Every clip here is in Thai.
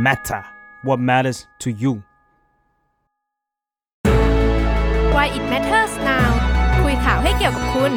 matter what matters to you Why it matters now คุยข่าวให้เกี่ยวกับคุณ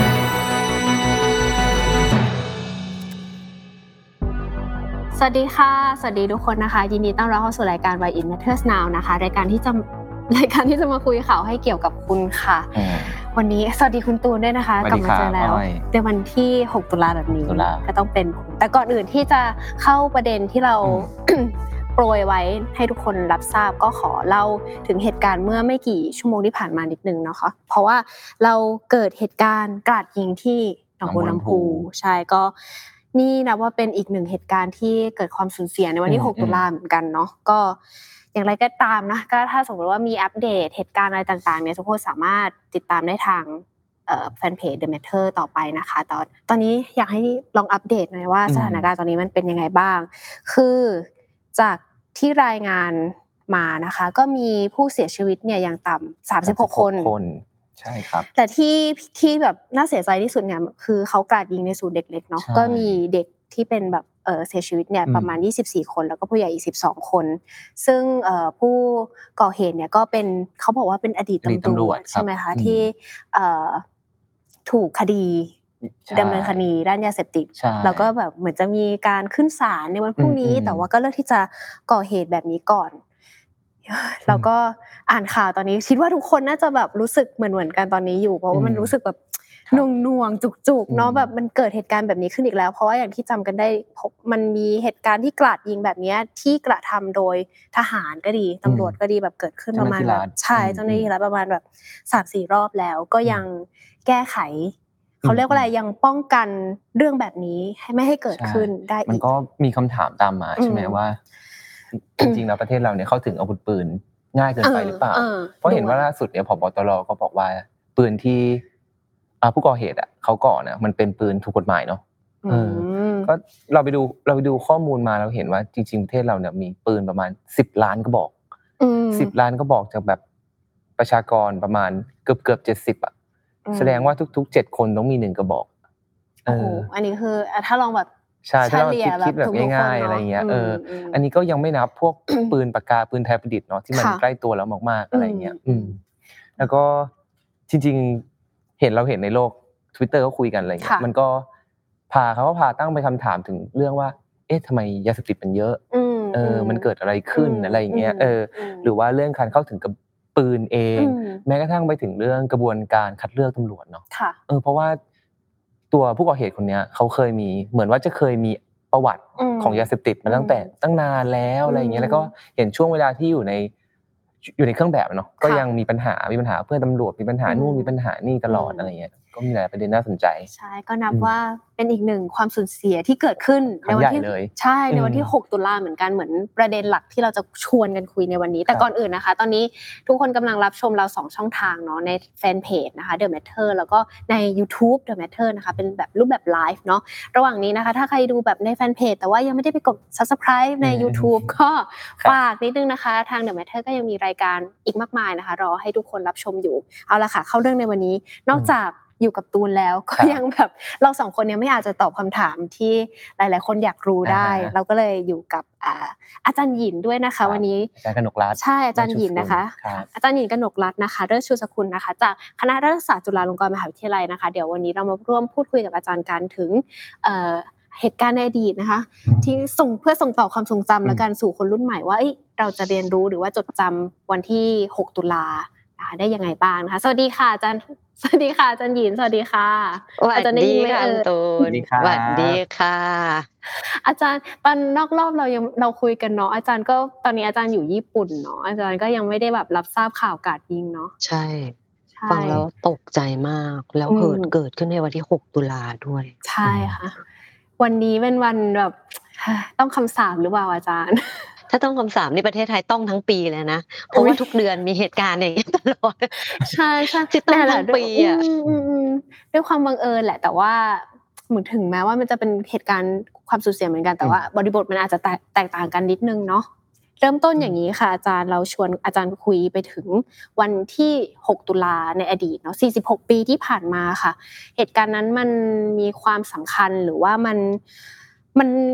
สวัสดีค่ะสวัสดีทุกคนนะคะยินดีต้อนรับเข้าสู่รายการ Why it matters now นะคะรายการที่จะมาคุยข่าวให้เกี่ยวกับคุณค่ะวันนี้สวัสดีคุณตูนด้วยนะคะกลับมาเจอแล้วในวันที่6ตุลาแบบนี้ก็ต้องเป็นแต่ก่อนอื่นที่จะเข้าประเด็นที่เรา โปรยไว้ให้ทุกคนรับทราบก็ขอเล่าถึงเหตุการณ์เมื่อไม่กี่ชั่วโมงที่ผ่านมานิดนึงนะคะเพราะว่าเราเกิดเหตุการณ์กราดยิงที่หนองบัวลำพูใช่ก็นี่นับว่าเป็นอีกหนึ่งเหตุการณ์ที่เกิดความสูญเสียในวันที่6ตุลาเหมือนกันเนาะก็อย่างไรก็ตามนะก็ถ้าสมมติว่ามีอัปเดตเหตุการณ์อะไรต่างๆเนี่ยทุกคนสามารถติดตามได้ทางแฟนเพจ The Matter ต่อไปนะคะตอนนี้อยากให้ลองอัปเดตหน่อยว่าสถานการณ์ตอนนี้มันเป็นยังไงบ้างคือจากที่รายงานมานะคะก็มีผู้เสียชีวิตเนี่ยอย่างต่ำ36คนใช่ครับแต่ที่แบบน่าเสียใจที่สุดเนี่ยคือเขากราดยิงในศูนย์เด็กเล็กเนาะก็มีเด็กที่เป็นแบบเสียชีวิตเนี่ยประมาณ24คนแล้วก็ผู้ใหญ่อีก12คนซึ่งผู้ก่อเหตุเนี่ยก็เป็นเขาบอกว่าเป็นอดีตตำรวจใช่มั้ยคะที่ถูกคดีดำเนินคดีด้านยาเสพติดแล้วก็แบบเหมือนจะมีการขึ้นศาลในวันพรุ่งนี้แต่ว่าก็เลือกที่จะก่อเหตุแบบนี้ก่อนแล้วก็อ่านข่าวตอนนี้คิดว่าทุกคนน่าจะแบบรู้สึกเหมือนกันตอนนี้อยู่เพราะว่ามันรู้สึกแบบหน่วงๆจุกๆเนาะแบบมันเกิดเหตุการณ์แบบนี้ขึ้นอีกแล้วเพราะว่าอย่างที่จำกันได้มันมีเหตุการณ์ที่กราดยิงแบบนี้ที่กระทำโดยทหารก็ดีตำรวจก็ดีแบบเกิดขึ้นประมาณแบบใช่เจ้าหน้าที่รัฐประมาณแบบ 3-4 รอบแล้วก็ยังแก้ไขเขาเรียกว่าอะไรยังป้องกันเรื่องแบบนี้ให้ไม่ให้เกิดขึ้นได้อีกมันก็มีคำถามตามมาใช่ไหมว่าจริงๆแล้วประเทศเราเนี่ยเข้าถึงอาวุธปืนง่ายเกินไปหรือเปล่าเพราะเห็นว่าล่าสุดเนี่ยผบ.ตร.ก็บอกว่าปืนที่ผู้ก่อเหตุเขาก่อนะมันเป็นปืนถูกกฎหมายเนาะก็เราไปดูข้อมูลมาเราเห็นว่าจริงๆประเทศเราเนี่ยมีปืนประมาณ10ล้านกระบอก10ล้านกระบอกจากแบบประชากรประมาณเกือบ70อ่ะแสดงว่าทุกๆ7คนต้องมี1กระบอกโอ้โหอันนี้คือถ้าลองแบบใช่ถ้าเราคิดแบบง่ายๆอะไรอย่างเงี้ยอันนี้ก็ยังไม่นับพวกปืนปากกาปืนไทยประดิษฐ์เนาะที่มันใกล้ตัวเรามากๆอะไรอย่างเงี้ยแล้วก็จริงๆเราเห็นในโลก Twitter ก็คุยกันอะไรอย่างเงี้ยมันก็พาตั้งไปคำถามถึงเรื่องว่าเอ๊ะทำไมยาเสพติดมันเยอะมันเกิดอะไรขึ้นอะไรอย่างเงี้ยหรือว่าเรื่องการเข้าถึงกับปืนเองแม้กระทั่งไปถึงเรื่องกระบวนการคัดเลือกตำรวจเนาะเพราะว่าตัวผู้ก่อเหตุคนนี้เขาเคยมีเหมือนว่าจะเคยมีประวัติของยาเสพติดมาตั้งนานแล้วอะไรอย่างเงี้ยแล้วก็เห็นช่วงเวลาที่อยู่ในเครื่องแบบเนาะก็ยังมีปัญหาเพื่อนตำรวจมีปัญหานู่นมีปัญหานี่ตลอดอะไรเงี้ยก็มีหลายประเด็นน่าสนใจใช่ก็นับว่าเป็นอีกหนึ่งความสูญเสียที่เกิดขึ้นในวันที่ใช่ในวันที่6ตุลาเหมือนกันเหมือนประเด็นหลักที่เราจะชวนกันคุยในวันนี้แต่ก่อนอื่นนะคะตอนนี้ทุกคนกำลังรับชมเรา2ช่องทางเนาะในแฟนเพจนะคะ The Matter แล้วก็ใน YouTube The Matter นะคะเป็นแบบรูปแบบไลฟ์เนาะระหว่างนี้นะคะถ้าใครดูแบบในแฟนเพจแต่ว่ายังไม่ได้ไปกด Subscribe ใน YouTube ก็ฝากนิดนึงนะคะทาง The Matter ก็ยังมีรายการอีกมากมายนะคะรอให้ทุกคนรับชมอยู่เอาล่ะค่ะเข้าเรื่องในวันนี้นอกจากอยู่กับตูนแล้วก็ยังแบบเรา2คนเนี่ยไม่อาจจะตอบคำถามที่หลายๆคนอยากรู้ได้เราก็เลยอยู่กับอาจารย์หยินด้วยนะคะวันนี้อาจารย์กนกรัตน์ใช่อาจารย์หยินนะคะอาจารย์หยินกนกรัตน์นะคะเลิศชูสกุลนะคะจากคณะรัฐศาสตร์จุฬาลงกรณ์มหาวิทยาลัยนะคะเดี๋ยววันนี้เรามาร่วมพูดคุยกับอาจารย์กันถึงเหตุการณ์ในอดีตนะคะที่เพื่อส่งต่อความทรงจำและการสู่คนรุ่นใหม่ว่าเราจะเรียนรู้หรือว่าจดจำวันที่6ตุลาได้ยังไงบ้างนะคะสวัสดีค่ะอาจารย์สวัสดีค่ะอาจารย์หยินสวัสดีค่ะอาจารย์ได้ยินไหมตูนสวัสดีค่ะอาจารย์ตอนนอกรอบเราคุยกันเนาะอาจารย์ก็ตอนนี้อาจารย์อยู่ญี่ปุ่นเนาะอาจารย์ก็ยังไม่ได้แบบรับทราบข่าวกราดยิงเนาะใช่ฟังแล้วตกใจมากแล้วเกิดขึ้นในวันที่6ตุลาด้วยใช่ค่ะวันนี้เป็นวันแบบต้องคำสาปหรือเปล่าอาจารย์ถ้าต้องคำสาปนี่ประเทศไทยต้องทั้งปีเลยนะเพราะว่าทุกเดือนมีเหตุการณ์อย่างนี้ตลอดใช่ๆต้องทั้งปีอ่ะด้วยความบังเอิญแหละแต่ว่าเหมือนถึงแม้ว่ามันจะเป็นเหตุการณ์ความสูญเสียเหมือนกันแต่ว่าบริบทมันอาจจะแตกต่างกันนิดนึงเนาะเริ่มต้นอย่างนี้ค่ะอาจารย์เราชวนอาจารย์คุยไปถึงวันที่6ตุลาในอดีตเนาะ46ปีที่ผ่านมาค่ะเหตุการณ์นั้นมันมีความสำคัญหรือว่ามัน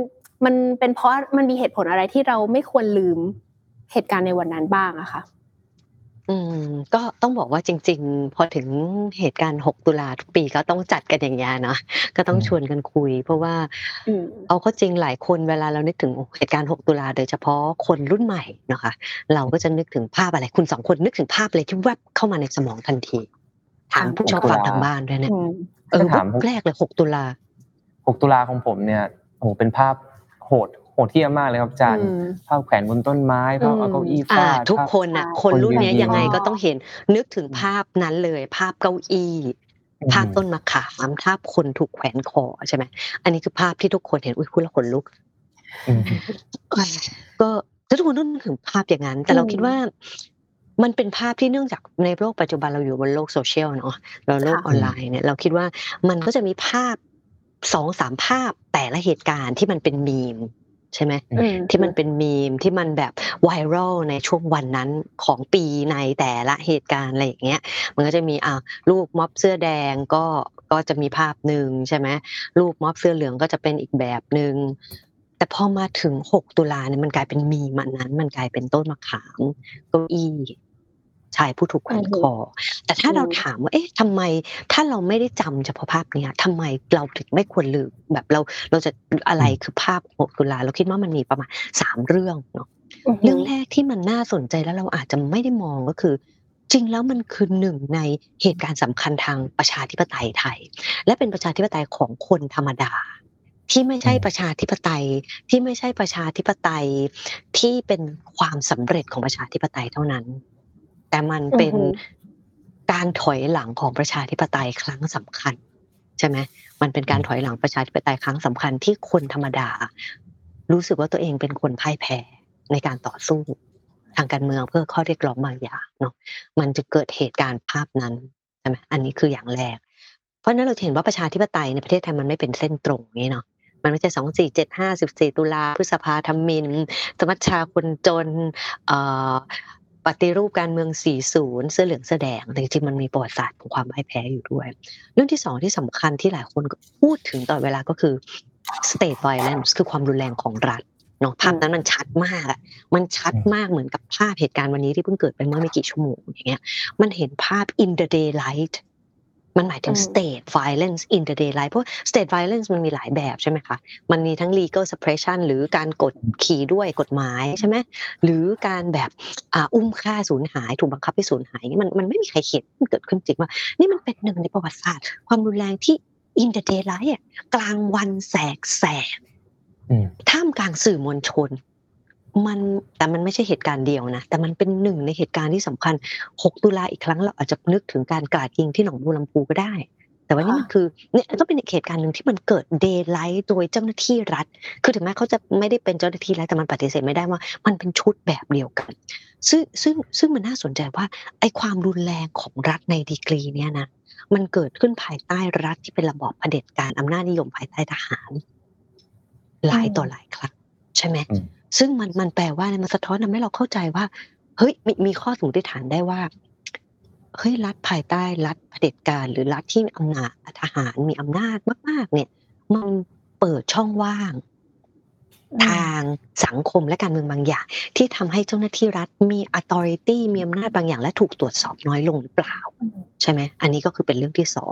มันเป็นเพราะมันมีเหตุผลอะไรที่เราไม่ควรลืมเหตุการณ์ในวันนั้นบ้างอะคะก็ต้องบอกว่าจริงๆพอถึงเหตุการณ์6ตุลาทุกปีก็ต้องจัดกันอย่างเงี้ยเนาะก็ต้องชวนกันคุยเพราะว่าเอาเข้าจริงหลายคนเวลาเรานึกถึงเหตุการณ์6ตุลาโดยเฉพาะคนรุ่นใหม่นะคะเราก็จะนึกถึงภาพอะไรคุณ2คนนึกถึงภาพอะไรที่แวบเข้ามาในสมองทันทีถามผู้ชอบฟังทางบ้านด้วยเนี่ยถามแรกเลย6ตุลา 6ตุลาของผมเนี่ยโอ้เป็นภาพโหดเหี้ยมมากเลยครับอาจารย์ภาพแขวนบนต้นไม้ภาพเอาเก้าอี้ฟาดทุกคนน่ะคนรุ่นนี้ยังไงก็ต้องเห็นนึกถึงภาพนั้นเลยภาพเก้าอี้ภาพต้นมะขามภาพคนถูกแขวนคอใช่ไหมอันนี้คือภาพที่ทุกคนเห็นพูดแล้วขนลุกก็ทุกคนต้องนึกถึงภาพอย่างนั้นแต่เราคิดว่ามันเป็นภาพที่เนื่องจากในโลกปัจจุบันเราอยู่บนโลกโซเชียลเนาะเราโลกออนไลน์เนี่ยเราคิดว่ามันก็จะมีภาพ 2-3 ภาพแต่ละเหตุการณ์ที่มันเป็นมีมใช่ไหมที่มันเป็นมีมที่มันแบบไวรัลในช่วงวันนั้นของปีในแต่ละเหตุการณ์อะไรอย่างเงี้ยมันก็จะมีรูปม็อบเสื้อแดงก็จะมีภาพนึงใช่ไหมรูปม็อบเสื้อเหลืองก็จะเป็นอีกแบบนึงแต่พอมาถึง6ตุลาเนี่ยมันกลายเป็นมีมอันนั้นมันกลายเป็นต้นมะขามเก้าอี้ชายผู้ถูกแขวนคอแต่ถ้าเราถามว่าทำไมถ้าเราไม่ได้จำเฉพาะภาพนี้ทำไมเราถึงไม่ควรลืมแบบเราจะอะไรคือภาพ6ตุลาเราคิดว่ามันมีประมาณ3เรื่องเนาะเรื่องแรกที่มันน่าสนใจแล้วเราอาจจะไม่ได้มองก็คือจริงแล้วมันคือหนึ่งในเหตุการณ์สำคัญทางประชาธิปไตยไทยและเป็นประชาธิปไตยของคนธรรมดาที่ไม่ใช่ประชาธิปไตยที่ไม่ใช่ประชาธิปไตยที่เป็นความสำเร็จของประชาธิปไตยเท่านั้นแต่มันเป็นการถอยหลังของประชาธิปไตยครั้งสำคัญใช่ไหมมันเป็นการถอยหลังประชาธิปไตยครั้งสำคัญที่คนธรรมดารู้สึกว่าตัวเองเป็นคนพ่ายแพ้ในการต่อสู้ทางการเมืองเพื่อข้อเรียกร้องบางอย่างเนาะมันจะเกิดเหตุการณ์ภาพนั้นใช่ไหมอันนี้คืออย่างแรกเพราะนั้นเราเห็นว่าประชาธิปไตยในประเทศไทยมันไม่เป็นเส้นตรงนี้เนาะมันไม่ใช่2475 14ตุลาพฤษภาธมิฬสมัชชาคนจนปฏิรูปการเมือง40เสื้อเหลืองเสื้อแดงแต่จริงๆมันมีประวัติศาสตร์ของความพ่ายแพ้อยู่ด้วยเรื่องที่2ที่สำคัญที่หลายคนพูดถึงตลอดเวลาก็คือ state violence คือความรุนแรงของรัฐเนาะภาพนั้นมันชัดมากอ่ะมันชัดมากเหมือนกับภาพเหตุการณ์วันนี้ที่เพิ่งเกิดไปเมื่อไม่กี่ชั่วโมงอย่างเงี้ยมันเห็นภาพ in the daylight มันหมายถึง state violence in the daylight เพราะ state violence มันมีหลายแบบใช่ไหมคะมันมีทั้ง legal suppression หรือการกดขี่ด้วยกฎหมายใช่ไหมหรือการแบบอุ้มฆ่าสูญหายถูกบังคับให้สูญหายมันไม่มีใครเขียนมันเกิดขึ้นจริงว่านี่มันเป็นหนึ่งในประวัติศาสตร์ความรุนแรงที่ in the daylight กลางวันแสกท่ามกลางสื่อมวลชนแต่มันไม่ใช่เหตุการณ์เดียวนะแต่มันเป็นหนึ่งในเหตุการณ์ที่สำคัญ6ตุลาอีกครั้งเราอาจจะนึกถึงการกราดยิงที่หนองบัวลำพูก็ได้แต่ว่านี่มันคือเนี่ยก็เป็นเหตุการณ์นึงที่มันเกิดเดย์ไลท์โดยเจ้าหน้าที่รัฐคือถึงแม้เขาจะไม่ได้เป็นเจ้าหน้าที่รัฐแต่มันปฏิเสธไม่ได้ว่ามันเป็นชุดแบบเดียวกันซึ่งมันน่าสนใจว่าไอ้ความรุนแรงของรัฐในดีกรีเนี่ยนะมันเกิดขึ้นภายใต้รัฐที่เป็นระบอบเผด็จการอำนาจนิยมภายใต้ทหารหลายต่อหลายครั้งใช่ไหมซึ่งมันแปลว่ามันสะท้อนทำให้เราเข้าใจว่าเฮ้ยมีข้อสันนิษฐานได้ว่าเฮ้ยรัฐภายใต้รัฐเผด็จการหรือรัฐที่อำนาจทหารมีอำนาจมากๆเนี่ยมันเปิดช่องว่างทางสังคมและการเมืองบางอย่างที่ทำให้เจ้าหน้าที่รัฐมี authority มีอำนาจบางอย่างและถูกตรวจสอบน้อยลงหรือเปล่าใช่ไหมอันนี้ก็คือเป็นเรื่องที่2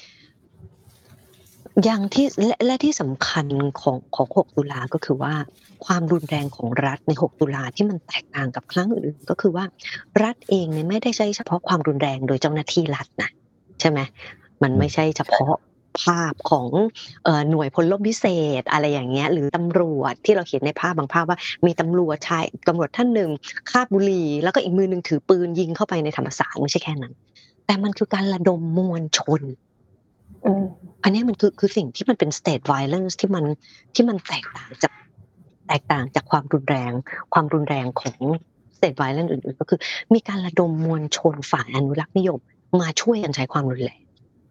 อย่างที่และที่สำคัญของ6ตุลาก็คือว่าความรุนแรงของรัฐใน6ตุลาที่มันแตกต่างกับครั้งอื่นก็คือว่ารัฐเองเนี่ยไม่ได้ใช้เฉพาะความรุนแรงโดยเจ้าหน้าที่รัฐนะใช่ไหมมันไม่ใช่เฉพาะภาพของหน่วยพลรบพิเศษอะไรอย่างเงี้ยหรือตำรวจที่เราเห็นในภาพบางภาพว่ามีตำรวจท่านหนึ่งคาบบุหรี่แล้วก็อีกมือนึงถือปืนยิงเข้าไปในธรรมศาสตร์ไม่ใช่แค่นั้นแต่มันคือการระดมมวลชนอันนี้มันคือสิ่งที่มันเป็น state violence ที่มันแตกต่างจากความรุนแรงของ state violence อื่นๆก็คือมีการระดมมวลชนฝ่ายอนุรักษ์นิยมมาช่วยกันใช้ความรุนแรง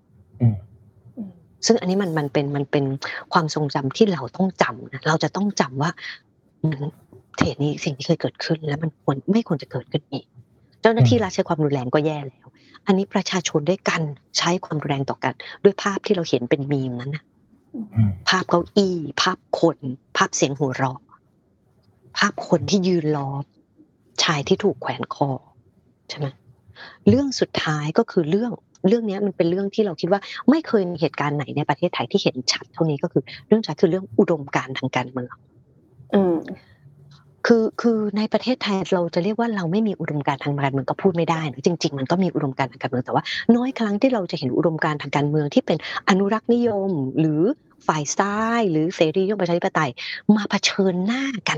ซึ่งอันนี้มันเป็นความทรงจำที่เราต้องจำนะเราจะต้องจำว่าเหตุนี้สิ่งที่เคยเกิดขึ้นแล้วมันไม่ควรจะเกิดขึ้นอีกเจ้าหน้าที่รัฐใช้ความรุนแรงก็แย่แล้วอันนี้ประชาชนด้วยกันใช้ความรุนแรงต่อกันด้วยภาพที่เราเห็นเป็นมีมนั้นนะภาพเก้าอี้ภาพคนภาพเสียงหัวเราะภาพคนที่ยืนล้อมชายที่ถูกแขวนคอใช่ไหมเรื่องสุดท้ายก็คือเรื่องนี้มันเป็นเรื่องที่เราคิดว่าไม่เคยมีเหตุการณ์ไหนในประเทศไทยที่เห็นชัดเท่านี้ก็คือเรื่องชัดคือเรื่องอุดมการณ์ทางการเมืองคือในประเทศไทยเราจะเรียกว่าเราไม่มีอุดมการณ์ทางการเมืองก็พูดไม่ได้นะจริงๆมันก็มีอุดมการณ์ทางการเมืองแต่ว่าน้อยครั้งที่เราจะเห็นอุดมการณ์ทางการเมืองที่เป็นอนุรักษ์นิยมหรือฝ่ายซ้ายหรือเสรีนิยมประชาธิปไตยมาเผชิญหน้ากัน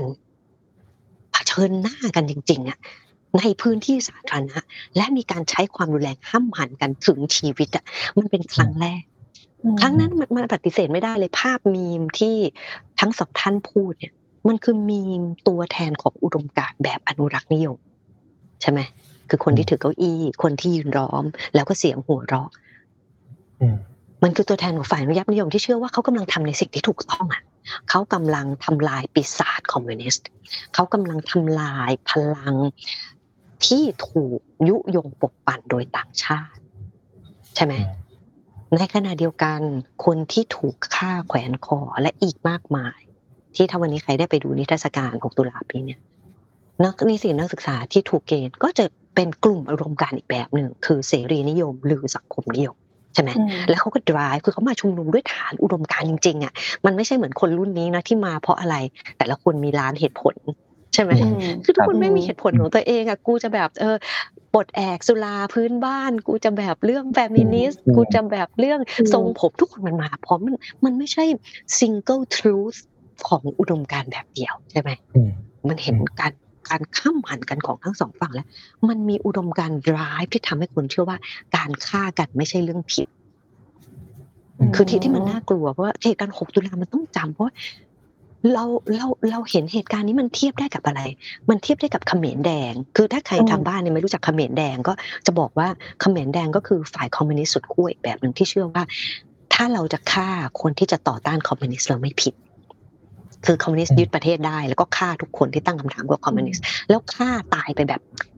จริงๆอ่ะในพื้นที่สาธารณะและมีการใช้ความรุนแรงห้ำหั่นกันถึงชีวิตอ่ะมันเป็นครั้งแรกครั้งนั้นมันปฏิเสธไม่ได้เลยภาพมีมที่ทั้งสองท่านพูดเนี่ยมันคือมีมตัวแทนของอุดมการณ์แบบอนุรักษ์นิยมใช่ไหมคือคนที่ถือเก้าอี้คนที่ยืนล้อมแล้วก็เสียงหัวเราะมันคือตัวแทนของฝ่ายอนุรักษ์นิยมที่เชื่อว่าเขากำลังทำในสิ่งที่ถูกต้องอ่ะเขากำลังทำลายปีศาจคอมมิวนิสต์เขากำลังทำลายพลังที่ถูกยุยงปลุกปั่นโดยต่างชาติใช่ไหมในขณะเดียวกันคนที่ถูกฆ่าแขวนคอและอีกมากมายที่ถ้าวันนี้ใครได้ไปดูนิทรรศการ6ตุลาปีเนี่ยนิสิตนักศึกษาที่ถูกเกณฑ์ก็จะเป็นกลุ่มอุดมการณ์อีกแบบหนึ่งคือเสรีนิยมหรือสังคมนิยมใช่ไหมแล้วเขาก็ drive คือเขามาชุมนุมด้วยฐานอุดมการณ์จริงๆอ่ะมันไม่ใช่เหมือนคนรุ่นนี้นะที่มาเพราะอะไรแต่ละคนมีล้านเหตุผลใช่ไหมคือทุกคนไม่มีเหตุผลของตัวเองอ่ะกูจะแบบปลดแอกสุราพื้นบ้านกูจะแบบเรื่องแฟมินิสต์กูจะแบบเรื่องทรงผมทุกคนมันมาพร้อมมันไม่ใช่ single truth ของอุดมการณ์แบบเดียวใช่ไหมมันเห็นการข้ามหันกันของทั้งสองฝั่งแล้วมันมีอุดมการณ์ drive ที่ทำให้คนเชื่อว่าการฆ่ากันไม่ใช่เรื่องผิดคือที่มันน่ากลัวเพราะว่าเหตุการณ์6ตุลามันต้องจำเพราะเราเห็นเหตุการณ์นี้มันเทียบได้กับอะไรมันเทียบได้กับเขมรแดงคือถ้าใครทางบ้านเนี่ยไม่รู้จักเขมรแดงก็จะบอกว่าเขมรแดงก็คือฝ่ายคอมมิวนิสต์สุดขั้วอีกแบบนึงที่เชื่อว่าถ้าเราจะฆ่าคนที่จะต่อต้านคอมมิวนิสต์เราไม่ผิดคือคอมมิวนิสต์ยึดประเทศได้แล้วก็ฆ่าทุกคนที่ตั้งคำถามกับคอมมิวนิสต์แล้วฆ่าตายไปแบบ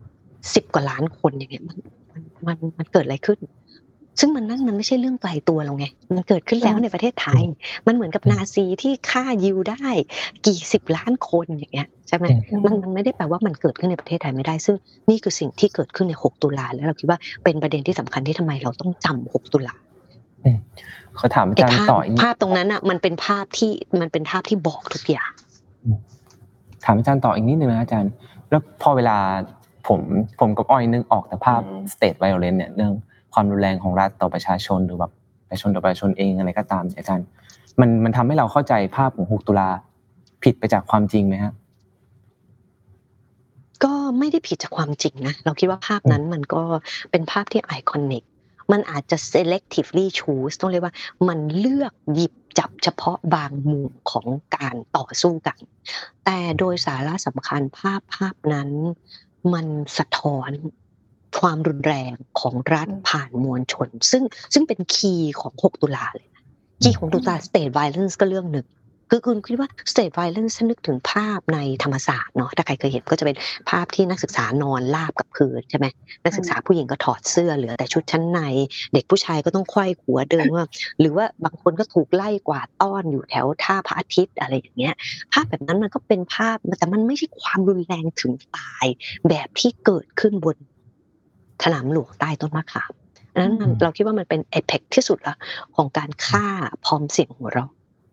10กว่าล้านคนอย่างเงี้ยมันเกิดอะไรขึ้นซึ่งมันไม่ใช่เรื่องไกลตัวเราไงมันเกิดขึ้นแล้วในประเทศไทยมันเหมือนกับนาซีที่ฆ่ายิวได้กี่10ล้านคนอย่างเงี้ยใช่ไหมมันไม่ได้แปลว่ามันเกิดขึ้นในประเทศไทยไม่ได้ซึ่งนี่คือสิ่งที่เกิดขึ้นใน6ตุลาแล้วเราคิดว่าเป็นประเด็นที่สำคัญที่ทำไมเราต้องจำ6ตุลาเขาถามอาจารย์ต่อภาพตรงนั้นอ่ะมันเป็นภาพที่บอกทุกอย่างถามอาจารย์ต่ออีกนิดนึงนะอาจารย์แล้วพอเวลาผมกับอ้อยนึกออกแต่ภาพ state violence เนี่ยเรื่องความรุนแรงของรัฐต่อประชาชนหรือแบบประชาชนต่อประชาชนเองอะไรก็ตามอาจารย์มันทำให้เราเข้าใจภาพของ6ตุลาผิดไปจากความจริงไหมครับก็ไม่ได้ผิดจากความจริงนะเราคิดว่าภาพนั้นมันก็เป็นภาพที่ไอคอนิกมันอาจจะ selectively choose ต้องเรียกว่ามันเลือกหยิบจับเฉพาะบางมุมของการต่อสู้กันแต่โดยสาระสำคัญภาพนั้นมันสะท้อนความรุนแรงของรัฐผ่านมวลชนซึ่งเป็นคีย์ของ6ตุลาเลยคีย์ของตุลา state violence ก็เรื่องหนึ่งคือคุณคิดว่า state violence นึกถึงภาพในธรรมศาสตร์เนาะถ้าใครเคยเห็นก็จะเป็นภาพที่นักศึกษานอนราบกับพื้นใช่ไหมนักศึกษาผู้หญิงก็ถอดเสื้อเหลือแต่ชุดชั้นในเด็กผู้ชายก็ต้องไขว้หัวเดินว่าหรือว่าบางคนก็ถูกไล่กวาดต้อนอยู่แถวท่าพระอาทิตย์อะไรอย่างเงี้ยภาพแบบนั้นมันก็เป็นภาพแต่มันไม่ใช่ความรุนแรงถึงตายแบบที่เกิดขึ้นบนสนามหลวงใต้ต้นมะขามนั้นเราคิดว่ามันเป็นเอเพ็กที่สุดละของการฆ่าพร้อมเสียงหัวเราะ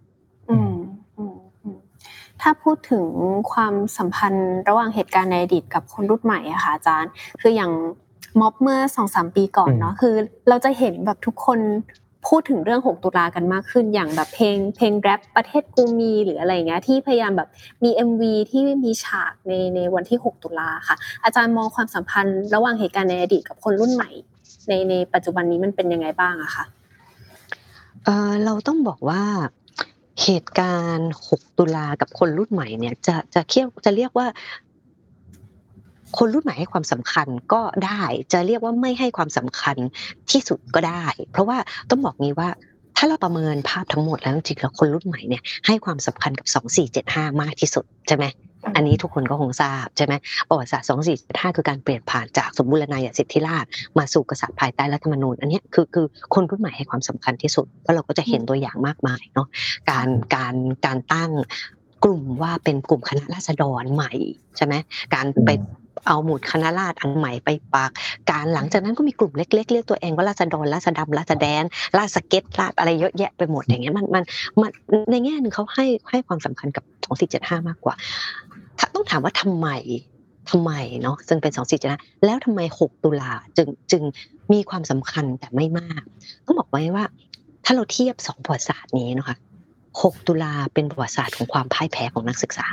ถ้าพูดถึงความสัมพันธ์ระหว่างเหตุการณ์ในอดีตกับคนรุ่นใหม่อะค่ะอาจารย์คืออย่างม็อบเมื่อ 2-3 ปีก่อนเนาะคือเราจะเห็นแบบทุกคนพูดถึงเรื่อง6ตุลากันมากขึ้นอย่างแบบเพลงแรปประเทศกูมีหรืออะไรเงี้ยที่พยายามแบบมี MV ที่มีฉากในวันที่6ตุลาค่ะอาจารย์มองความสัมพันธ์ระหว่างเหตุการณ์ในอดีตกับคนรุ่นใหม่ในปัจจุบันนี้มันเป็นยังไงบ้างอะคะเราต้องบอกว่าเหตุการณ์6ตุลากับคนรุ่นใหม่เนี่ยจะเรียกว่าคนรุ่นใหม่ให้ความสำคัญก็ได้จะเรียกว่าไม่ให้ความสำคัญที่สุดก็ได้เพราะว่าต้องบอกงี้ว่าถ้าเราประเมินภาพทั้งหมดแล้วจริงๆแล้วคนรุ่นใหม่เนี่ยให้ความสำคัญกับ2475มากที่สุดใช่ไหมอันนี้ทุกคนก็คงทราบใช่ไหมประวัติศาสตร์2475คือการเปลี่ยนผ่านจากสมบูรณาญาสิทธิราชย์มาสู่กษัตริย์ภายใต้รัฐธรรมนูญอันนี้คือคนรุ่นใหม่ให้ความสำคัญที่สุดเพราะเราก็จะเห็นตัวอย่างมากมายเนาะการตั้งกลุ่มว่าเป็นกลุ่มคณะราษฎรใหม่ใช่ไหมการไปเอาหมุดคณะราษฎรอันใหม่ไปปักการหลังจากนั้นก็มีกลุ่มเล็กๆเรียกตัวเองว่าราษฎรราษฎำราษแดนราษเก็ตราษอะไรเยอะแยะไปหมดอย่างเงี้ยมันในแง่นึงเขาให้ความสำคัญกับ2475มากกว่าต้องถามว่าทำไมเนาะซึ่งเป็น2475แล้วทำไม6ตุลาจึงมีความสำคัญแต่ไม่มากต้องบอกไว้ว่าถ้าเราเทียบ2ประวัติศาสตร์นี้นะคะ6ตุลาเป็นประวัติศาสตร์ของความพ่ายแพ้ของนักศึกษา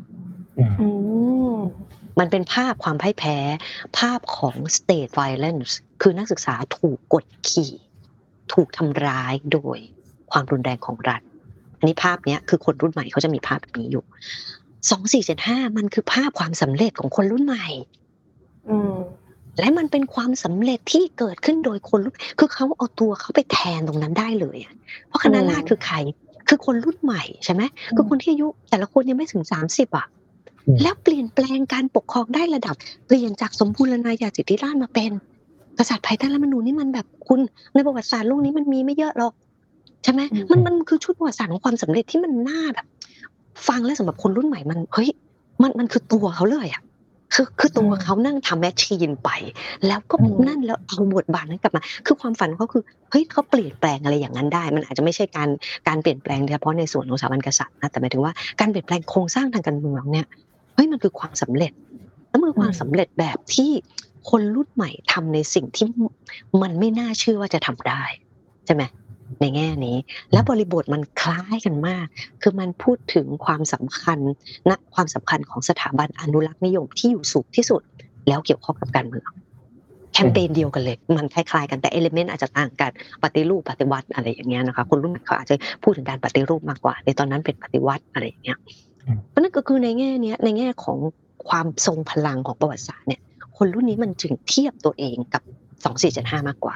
มันเป็นภาพความพ่ายแพ้ภาพของ state violence คือนักศึกษาถูกกดขี่ถูกทำร้ายโดยความรุนแรงของรัฐอันนี้ภาพเนี้ยคือคนรุ่นใหม่เขาจะมีภาพแบบนี้อยู่2475มันคือภาพความสำเร็จของคนรุ่นใหม่และมันเป็นความสำเร็จที่เกิดขึ้นโดยคนรุ่นคือเขาเอาตัวเขาไปแทนตรงนั้นได้เลยเพราะคณะราษฎรคือใครคือคนรุ่นใหม่ใช่ไหมคือคนที่อายุแต่ละคนยังไม่ถึง30แล้วเปลี่ยนแปลงการปกครองได้ระดับเปลี่ยนจากสมบูรณาญาสิทธิราชย์มาเป็นกษัตริย์ภายใต้รัฐธรรมนูญนี่มันแบบคุณในประวัติศาสตร์โลกนี้มันมีไม่เยอะหรอกใช่ไหมมันคือชุดประวัติศาสตร์ของความสำเร็จที่มันน่าแบบฟังแล้วสำหรับคนรุ่นใหม่มันเฮ้ยมันคือตัวเขาเลยคือตัวเขานั่งทำแมชชีนไปแล้วก็นั่นแล้วเอาบทบาทนั้นกลับมาคือความฝันเขาคือเฮ้ยเขาเปลี่ยนแปลงอะไรอย่างนั้นได้มันอาจจะไม่ใช่การเปลี่ยนแปลงเฉพาะในส่วนของสถาบันกษัตริย์นะแต่หมายถึงว่าการเปลี่ยนแปลงโครงสร้างทางการเมืองเนี่ยเฮ้ยมันคือความสำเร็จแล้วมันความสำเร็จแบบที่คนรุ่นใหม่ทำในสิ่งที่มันไม่น่าเชื่อว่าจะทำได้ใช่ไหมในแง่นี้และบริบทมันคล้ายกันมากคือมันพูดถึงความสำคัญของสถาบันอนุรักษ์นิยมที่อยู่สูงที่สุดแล้วเกี่ยวข้องกับการเมืองแคมเปญเดียวกันเลยมันคล้ายๆกันแต่เอลิเมนต์อาจจะต่างกันปฏิรูปปฏิวัติอะไรอย่างเงี้ยนะคะคนรุ่นใหม่เขาอาจจะพูดถึงการปฏิรูปมากกว่าในตอนนั้นเป็นปฏิวัติอะไรอย่างเงี้ยเพราะนั่นก็คือในแง่นี้ในแง่ของความทรงพลังของประวัติศาสตร์เนี่ยคนรุ่นนี้มันจึงเทียบตัวเองกับ2475มากกว่า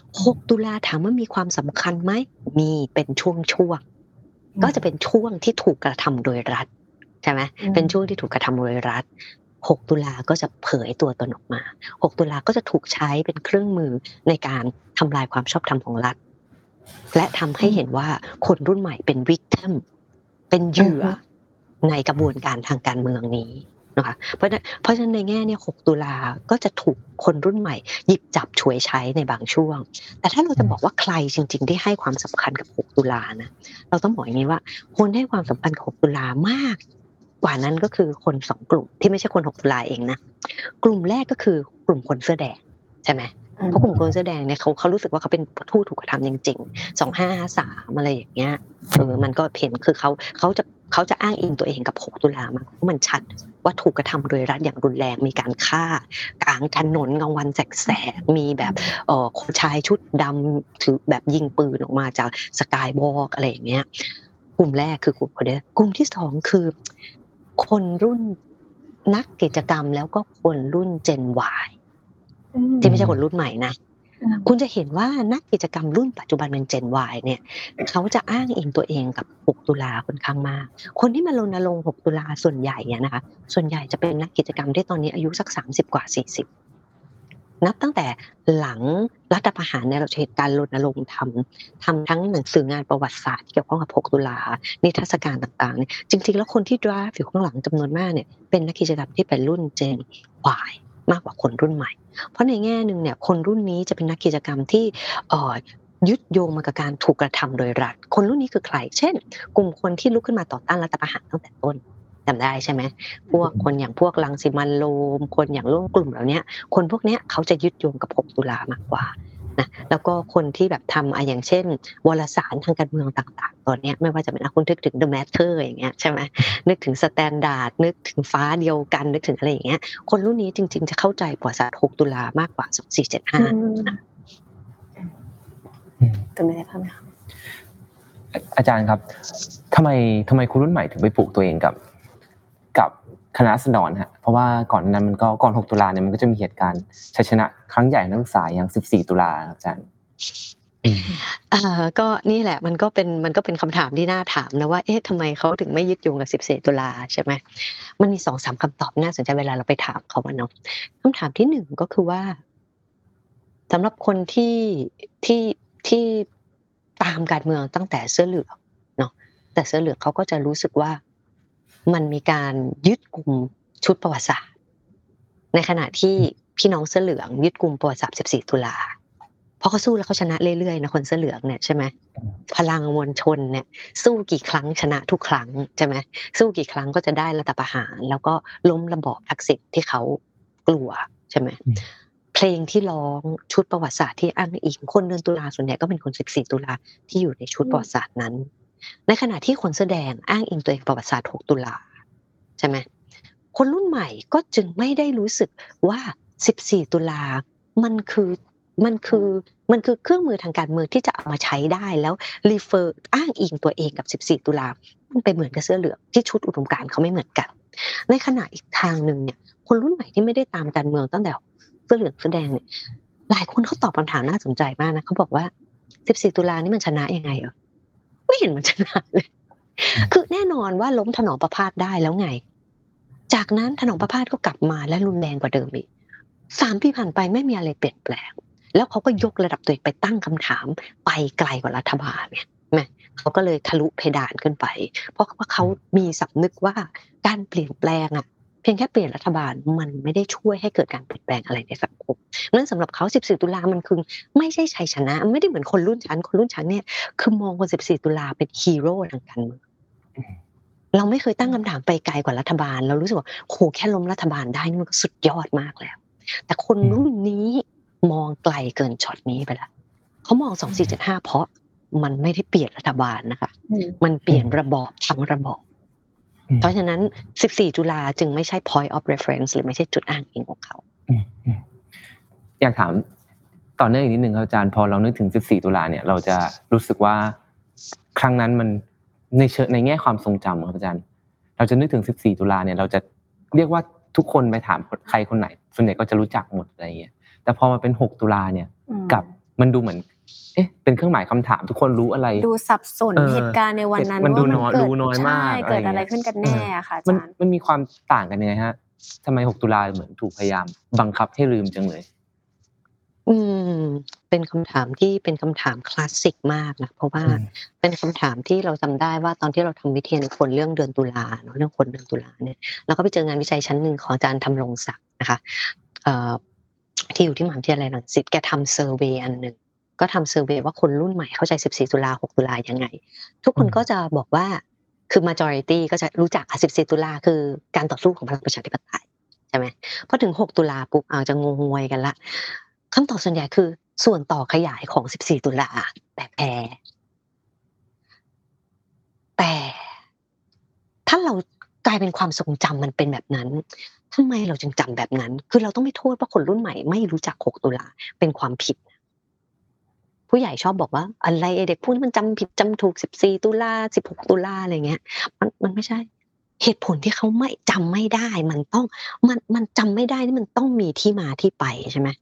6ตุลาถามว่ามีความสำคัญไหมมีเป็นช่วงก็จะเป็นช่วงที่ถูกกระทำโดยรัฐใช่ไหมเป็นช่วงที่ถูกกระทำโดยรัฐ6ตุลาก็จะเผยตัวตนออกมา6ตุลาก็จะถูกใช้เป็นเครื่องมือในการทำลายความชอบธรรมของรัฐและทำให้เห็นว่าคนรุ่นใหม่เป็นวิกติมเป็นเหยื่อในกระบวนการทางการเมืองนี้นะคะเพราะฉะนั้นในแง่เนี่ย6ตุลาก็จะถูกคนรุ่นใหม่หยิบจับฉวยใช้ในบางช่วงแต่ถ้าเราจะบอกว่าใครจริงๆที่ให้ความสำคัญกับ6ตุลานะเราต้องบอกอย่างนี้ว่าคนให้ความสำคัญกับ6ตุลามากกว่านั้นก็คือคน2กลุ่มที่ไม่ใช่คน6ตุลาเองนะกลุ่มแรกก็คือกลุ่มคนเสื้อแดงใช่ไหมเพราะกลุ่มคนเสื้อแดงเนี่ยเขารู้สึกว่าเขาเป็นผู้ถูกกระทำจริงๆ2553อะไรอย่างเงี้ยมันก็เห็นคือเขาจะอ้างอิงตัวเองกับ6ตุลามากเพราะมันชัดว่าถูกกระทำโดยรัฐอย่างรุนแรงมีการฆ่ากลางถนนกลางวันแสกๆมีแบบคนชายชุดดำถือแบบยิงปืนออกมาจากสกายวอล์กอะไรอย่างเงี้ยกลุ่มแรกคือกลุ่มคนเดียวกลุ่มที่2คือคนรุ่นนักกิจกรรมแล้วก็คนรุ่น Gen Y ที่ไม่ใช่คนรุ่นใหม่นะคุณจะเห็นว่านักกิจกรรมรุ่นปัจจุบันเป็น Gen Y เนี่ยเขาจะอ้างอิงตัวเองกับ6ตุลาค่อนข้างมากคนที่มารณรงค์6ตุลาส่วนใหญ่นะคะส่วนใหญ่จะเป็นนักกิจกรรมที่ตอนนี้อายุสัก30กว่า40นับตั้งแต่หลังรัฐประหารเนี่ยเราจะเห็นการรณรงค์ทำทั้งหนังสืองานประวัติศาสตร์เกี่ยวข้องกับ6ตุลานิทรรศการต่างๆเนี่ยจริงๆแล้วคนที่ดราฟอยู่ข้างหลังจำนวนมากเนี่ยเป็นนักกิจกรรมที่เป็นรุ่น Gen Y มากกว่าคนรุ่นใหม่เพราะในแง่นึงเนี่ยคนรุ่นนี้จะเป็นนักกิจกรรมที่ยึดโยงมากับการถูกกระทำโดยรัฐคนรุ่นนี้คือใครเช่นกลุ่มคนที่ลุกขึ้นมาต่อต้านรัฐประหารตั้งแต่ต้นจำได้ใช่ไหมพวกคนอย่างพวกรังสิมันต์โรมคนอย่างร่วมกลุ่มเหล่านี้คนพวกนี้เขาจะยึดโยงกับ6ตุลามากกว่านะแล้วก็คนที่แบบทำอย่างเช่นวารสารทางการเมืองต่างๆตอนนี้ไม่ว่าจะเป็นคุณนึกถึง The Matter อย่างเงี้ยใช่ไหมนึกถึง Standard นึกถึงฟ้าเดียวกันนึกถึงอะไรอย่างเงี้ยคนรุ่นนี้จริงๆจะเข้าใจประวัติศาสตร์6ตุลามากกว่า2475นะตัวไม่ได้ภาพไหมคะอาจารย์ครับทำไมคนรุ่นใหม่ถึงไปปลูกตัวเองกับคณะราษฎรฮะเพราะว่าก่อนนั้นมันก็ก่อน6ตุลาเนี่ยมันก็จะมีเหตุการณ์ชัยชนะครั้งใหญ่นักศึกษาอย่าง14ตุลาครับอาจารย์ก็นี่แหละมันก็เป็นคำถามที่น่าถามนะว่าเอ๊ะทำไมเขาถึงไม่ยึดโยงกับ14ตุลาใช่ไหมมันมี 2-3 คำตอบน่าสนใจเวลาเราไปถามเขาเนาะคำถามที่ 1ก็คือว่าสำหรับคนที่ตามการเมืองตั้งแต่เสื้อเหลืองเนาะแต่เสื้อเหลืองเขาก็จะรู้สึกว่ามันมีการยึดกลุ่มชุดประวัติศาสตร์ในขณะที่พี่น้องเสื้อเหลืองยึดกลุ่มประวัติศาสตร์14ตุลาเพราะเขาสู้แล้วเขาชนะเรื่อยๆนะคนเสื้อเหลืองเนี่ยใช่ไหมพลังมวลชนเนี่ยสู้กี่ครั้งชนะทุกครั้งใช่ไหมสู้กี่ครั้งก็จะได้รัฐประหารแล้วก็ล้มระบอบทักษิณที่เขากลัวใช่ไหมเพลงที่ร้องชุดประวัติศาสตร์ที่อ้างอิงคนเดือนตุลาส่วนใหญ่ก็เป็นคน14ตุลาที่อยู่ในชุดประวัติศาสตร์นั้นในขณะที่คนเสื้อแดงอ้างอิงตัวเองประวัติศาสตร์6ตุลาใช่ไหมคนรุ่นใหม่ก็จึงไม่ได้รู้สึกว่า14ตุลามันคือเครื่องมือทางการเมืองที่จะเอามาใช้ได้แล้วรีเฟอร์อ้างอิงตัวเองกับ14ตุลามันไปเหมือนกับเสื้อเหลืองที่ชุดอุดมการณ์เขาไม่เหมือนกันในขณะอีกทางนึงเนี่ยคนรุ่นใหม่ที่ไม่ได้ตามการเมืองตั้งแต่เสื้อเหลืองเสื้อแดงเนี่ยหลายคนเขาตอบคำถามน่าสนใจมากนะเขาบอกว่า14ตุลานี่มันชนะยังไงเหรอไม่เห็นมันชนะเลยคือแน่นอนว่าล้มถนอมประพาสได้แล้วไงจากนั้นถนอมประพาสก็กลับมาและรุนแรงกว่าเดิมอีก3 ปีผ่านไปไม่มีอะไรเปลี่ยนแปลงแล้วเขาก็ยกระดับตัวเองไปตั้งคำถามไปไกลกว่ารัฐบาลเนี่ยแม่เขาก็เลยทะลุเพดานขึ้นไปเพราะว่าเขามีสำนึกว่าการเปลี่ยนแปลงอะเพียงแค่เปลี่ยนรัฐบาลมันไม่ได้ช่วยให้เกิดการเปลี่ยนแปลงอะไรในสังคมนั้นสำหรับเขา14ตุลามันคือไม่ใช่ชัยชนะไม่ได้เหมือนคนรุ่นฉันเนี่ยคือมองคน14ตุลาเป็นฮีโร่ทางการเมืองเราไม่เคยตั้งคำถามไปไกลกว่ารัฐบาลเรารู้สึกว่าโหแค่ล้มรัฐบาลได้นี่มันก็สุดยอดมากแล้วแต่คนรุ่นนี้มองไกลเกินช็อตนี้ไปแล้วเขามอง2475เพราะมันไม่ได้เปลี่ยนรัฐบาลนะคะมันเปลี่ยนระบอบทั้งระบอบเพราะฉะนั้น14ตุลาจึงไม่ใช่ point of reference หรือไม่ใช่จุดอ้างอิงของเขาอยากถามต่อเนื่องอีกนิดนึงครับอาจารย์พอเรานึกถึง14ตุลาเนี่ยเราจะรู้สึกว่าครั้งนั้นมันในแง่ความทรงจำครับอาจารย์เราจะนึกถึง14ตุลาเนี่ยเราจะเรียกว่าทุกคนไปถามใครคนไหนส่วนใหญ่ก็จะรู้จักหมดอะไรอย่างเงี้ยแต่พอมาเป็น6ตุลาเนี่ยกับมันดูเหมือนเป็นเครื่องหมายคำถามทุกคนรู้อะไรดูสับสนเหตุการณ์ในวันนั้นมันดูน้อยมากเกิดอะไรขึ้นกันแน่ค่ะอาจารย์มันมีความต่างกันยังไงฮะทำไม6ตุลาเหมือนถูกพยายามบังคับให้ลืมจังเลยเป็นคำถามที่เป็นคำถามคลาสสิกมากนะเพราะว่าเป็นคำถามที่เราจำได้ว่าตอนที่เราทำวิทยานิพนธ์เรื่องเดือนตุลาเนาะเรื่องคนเดือนตุลาเนี่ยเราก็ไปเจองานวิจัยชั้นหนึ่งของอาจารย์ธำรงศักดิ์นะคะที่อยู่ที่มหาวิทยาลัยรังสิตแกทำเซอร์เวย์อันนึงก็ทำเซอร์เวย์ว่าคนรุ่นใหม่เข้าใจ14ตุลา6ตุลายังไงทุกคนก็จะบอกว่าคือ majority ก็จะรู้จัก14ตุลาคือการต่อสู้ของพรรคประชาธิปไตยใช่ไหมพอถึง6ตุลาปุ๊บจะงงงวยกันละคำตอบส่วนใหญ่คือส่วนต่อขยายของ14ตุลาแต่ถ้าเรากลายเป็นความทรงจำมันเป็นแบบนั้นทำไมเราจึงจำแบบนั้นคือเราต้องไม่โทษว่าคนรุ่นใหม่ไม่รู้จัก6ตุลาเป็นความผิดผู้ใหญ่ชอบบอกว่าอะไรเด็กพวกนี้มันจำผิดจำถูก14ตุลา16ตุลาอะไรเงี้ยมันไม่ใช่เหตุผลที่เขาไม่จำไม่ได้มันต้องมันจำไม่ได้นี่มันต้องมีที่มาที่ไปใช่ไหม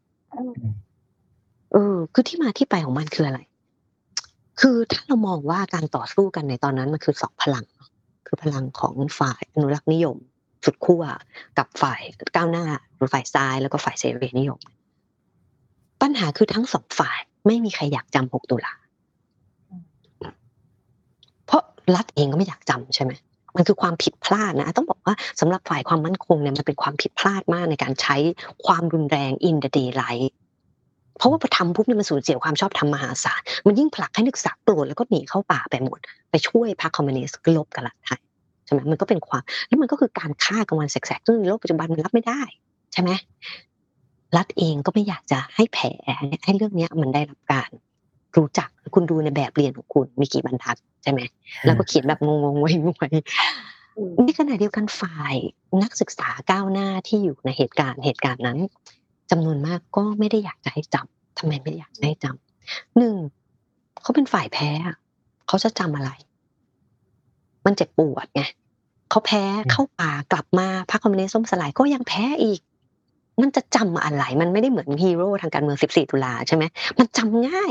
คือที่มาที่ไปของมันคืออะไรคือถ้าเรามองว่าการต่อสู้กันในตอนนั้นมันคือ2พลังคือพลังของฝ่ายอนุรักษ์นิยมสุดขั้วกับฝ่ายก้าวหน้าหรือฝ่ายซ้ายแล้วก็ฝ่ายเสรีนิยมปัญหาคือทั้ง2ฝ่ายไม่มีใครอยากจำ6ตุลาเพราะรัฐเองก็ไม่อยากจำใช่ไหมมันคือความผิดพลาดนะต้องบอกว่าสำหรับฝ่ายความมั่นคงเนี่ยมันเป็นความผิดพลาดมากในการใช้ความรุนแรง in the daylight เพราะว่าพอทำปุ๊บเนี่ยมันสูญเสียความชอบธรรมมหาศาลมันยิ่งผลักให้นักศึกษาโกรธแล้วก็หนีเข้าป่าไปหมดไปช่วยพรรคคอมมิวนิสต์ลบกับรัฐไทยใช่ไหมมันก็เป็นความแล้วมันก็คือการฆ่ากลางวันแสกๆซึ่งในโลกปัจจุบันมันรับไม่ได้ใช่ไหมรัฐเองก็ไม่อยากจะให้แผลให้เรื่องนี้มันได้รับการรู้จักคุณดูในแบบเรียนของคุณมีกี่บรรทัดใช่ไหมแล้วก็เขียนแบบงงๆไว้ในขณะเดียวกันฝ่ายนักศึกษาก้าวหน้าที่อยู่ในเหตุการณ์นั้นจำนวนมากก็ไม่ได้อยากจะให้จำทำไมไม่อยากให้จำ1เขาเป็นฝ่ายแพ้เขาจะจำอะไรมันเจ็บปวดไงเขาแพ้เข้าป่ากลับมาพรรคคอมมิวนิสต์ล่มสลายก็ยังแพ้อีกมันจะจำอะไรมันไม่ได้เหมือนฮีโร่ทางการเมือง14ตุลาใช่ไหมมันจำง่าย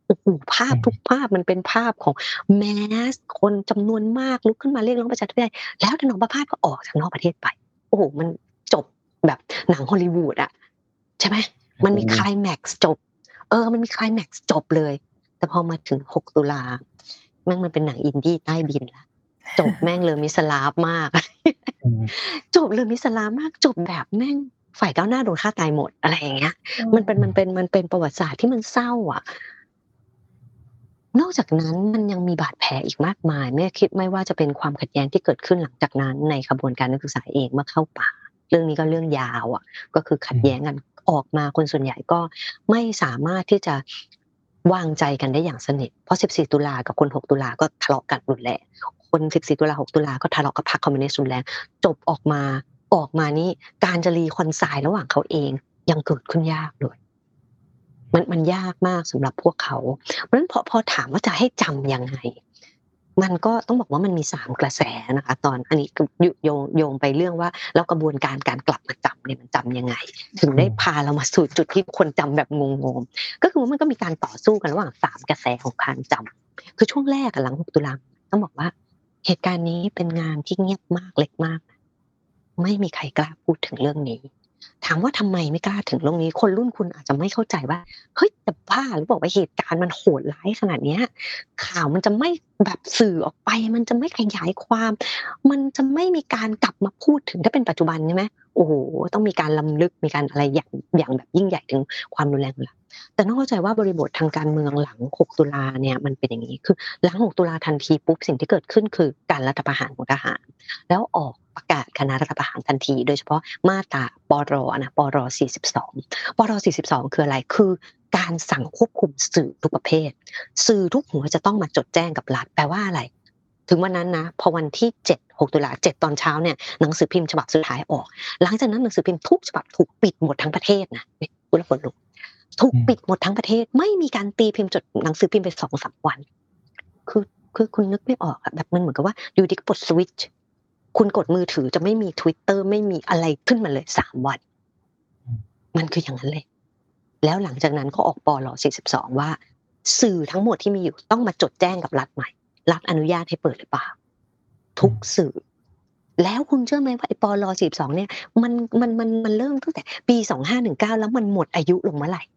โอ้โหภาพทุกภาพมันเป็นภาพของแมสคนจำนวนมากลุกขึ้นมาเรียกร้องประชาธิปไตยแล้วถนอมประภาสก็ออกจากนอกประเทศไปโอ้โหมันจบแบบหนังฮอลลีวูดอะใช่ไหมมันมีไคลแม็กซ์จบมันมีไคลแม็กซ์จบเลยแต่พอมาถึง6ตุลาแม่งมันเป็นหนังอินดี้ใต้ดินละจบแม่งเลยมิสลาฟมากจบเลยมิสลาฟมากจบแบบแม่งฝ่ายก้าวหน้าโดนฆ่าตายหมดอะไรอย่างเงี้ยมันเป็นประวัติศาสตร์ที่มันเศร้าอ่ะนอกจากนั้นมันยังมีบาดแผลอีกมากมายไม่ว่าจะเป็นความขัดแย้งที่เกิดขึ้นหลังจากนั้นในขบวนการนักศึกษาเองเมื่อเข้าป่าเรื่องนี้ก็เรื่องยาวอ่ะก็คือขัดแย้งกันออกมาคนส่วนใหญ่ก็ไม่สามารถที่จะวางใจกันได้อย่างสนิทเพราะ14ตุลากับคน6ตุลาก็ทะเลาะกันรุนแรงคน14ตุลา6ตุลาก็ทะเลาะกับพรรคคอมมิวนิสต์รุนแรงจบออกมานี่การจะรีคอนไซล์ระหว่างเขาเองยังเกิดขึ้นยากเลยมันยากมากสำหรับพวกเขาเพราะฉะนั้นพอถามว่าจะให้จำยังไงมันก็ต้องบอกว่ามันมี3กระแสนะคะตอนอันนี้โยงไปเรื่องว่าแล้วกระบวนการกลับมาจำเนี่ยมันจำยังไงถึงได้พาเรามาสู่จุดที่คนจำแบบงงๆก็คือว่ามันก็มีการต่อสู้กันระหว่าง3กระแสของการจำคือช่วงแรกหลัง6ตุลาต้องบอกว่าเหตุการณ์นี้เป็นงานที่เงียบมากเล็กมากไม่มีใครกล้าพูดถึงเรื่องนี้ถามว่าทำไมไม่กล้าถึงเรื่องนี้คนรุ่นคุณอาจจะไม่เข้าใจว่าเฮ้ยแต่บ้าหรือบอกว่าเหตุการณ์มันโหดร้ายขนาดนี้ข่าวมันจะไม่แบบสื่อออกไปมันจะไม่ขยายความมันจะไม่มีการกลับมาพูดถึงถ้าเป็นปัจจุบันใช่ไหมโอ้โหต้องมีการรำลึกมีการอะไรอย่างแบบยิ่งใหญ่ถึงความรุนแรงเลยแต่ต้องเข้าใจว่าบริบททางการเมืองหลัง6ตุลาเนี่ยมันเป็นอย่างนี้คือหลัง6ตุลาทันทีปุ๊บสิ่งที่เกิดขึ้นคือการรัฐประหารของทหารแล้วออกประกาศคณะรัฐประหารทันทีโดยเฉพาะมาตราปร42ปร42คืออะไรคือการสั่งควบคุมสื่อทุกประเภทสื่อทุกหัวจะต้องมาจดแจ้งกับรัฐแปลว่าอะไรถึงวันนั้นนะพอวันที่6ตุลา7ตอนเช้าเนี่ยหนังสือพิมพ์ฉบับสุดท้ายออกหลังจากนั้นหนังสือพิมพ์ทุกฉบับถูกปิดหมดทั้งประเทศนะคุณละคนรู้ถูกปิดหมดทั้งประเทศไม่มีการตีพิมพ์จดหนังสือพิมพ์ไป 2-3 วันคือคุณนึกไม่ออกแบบมันเหมือนกับว่าอยู่ดีก็ปลดสวิตช์คุณกดมือถือจะไม่มี Twitter ไม่มีอะไรขึ้นมาเลย3วันมันคืออย่างนั้นเลยแล้วหลังจากนั้นก็ออกปล42ว่าสื่อทั้งหมดที่มีอยู่ต้องมาจดแจ้งกับรัฐใหม่รัฐอนุญาตให้เปิดหรือเปล่าทุกสื่อแล้วคุณเชื่อไหมว่าไอ้ปล42เนี่ยมันเริ่มตั้งแต่ปี2519แล้วมันหมดอายุลงเมื่อไหร่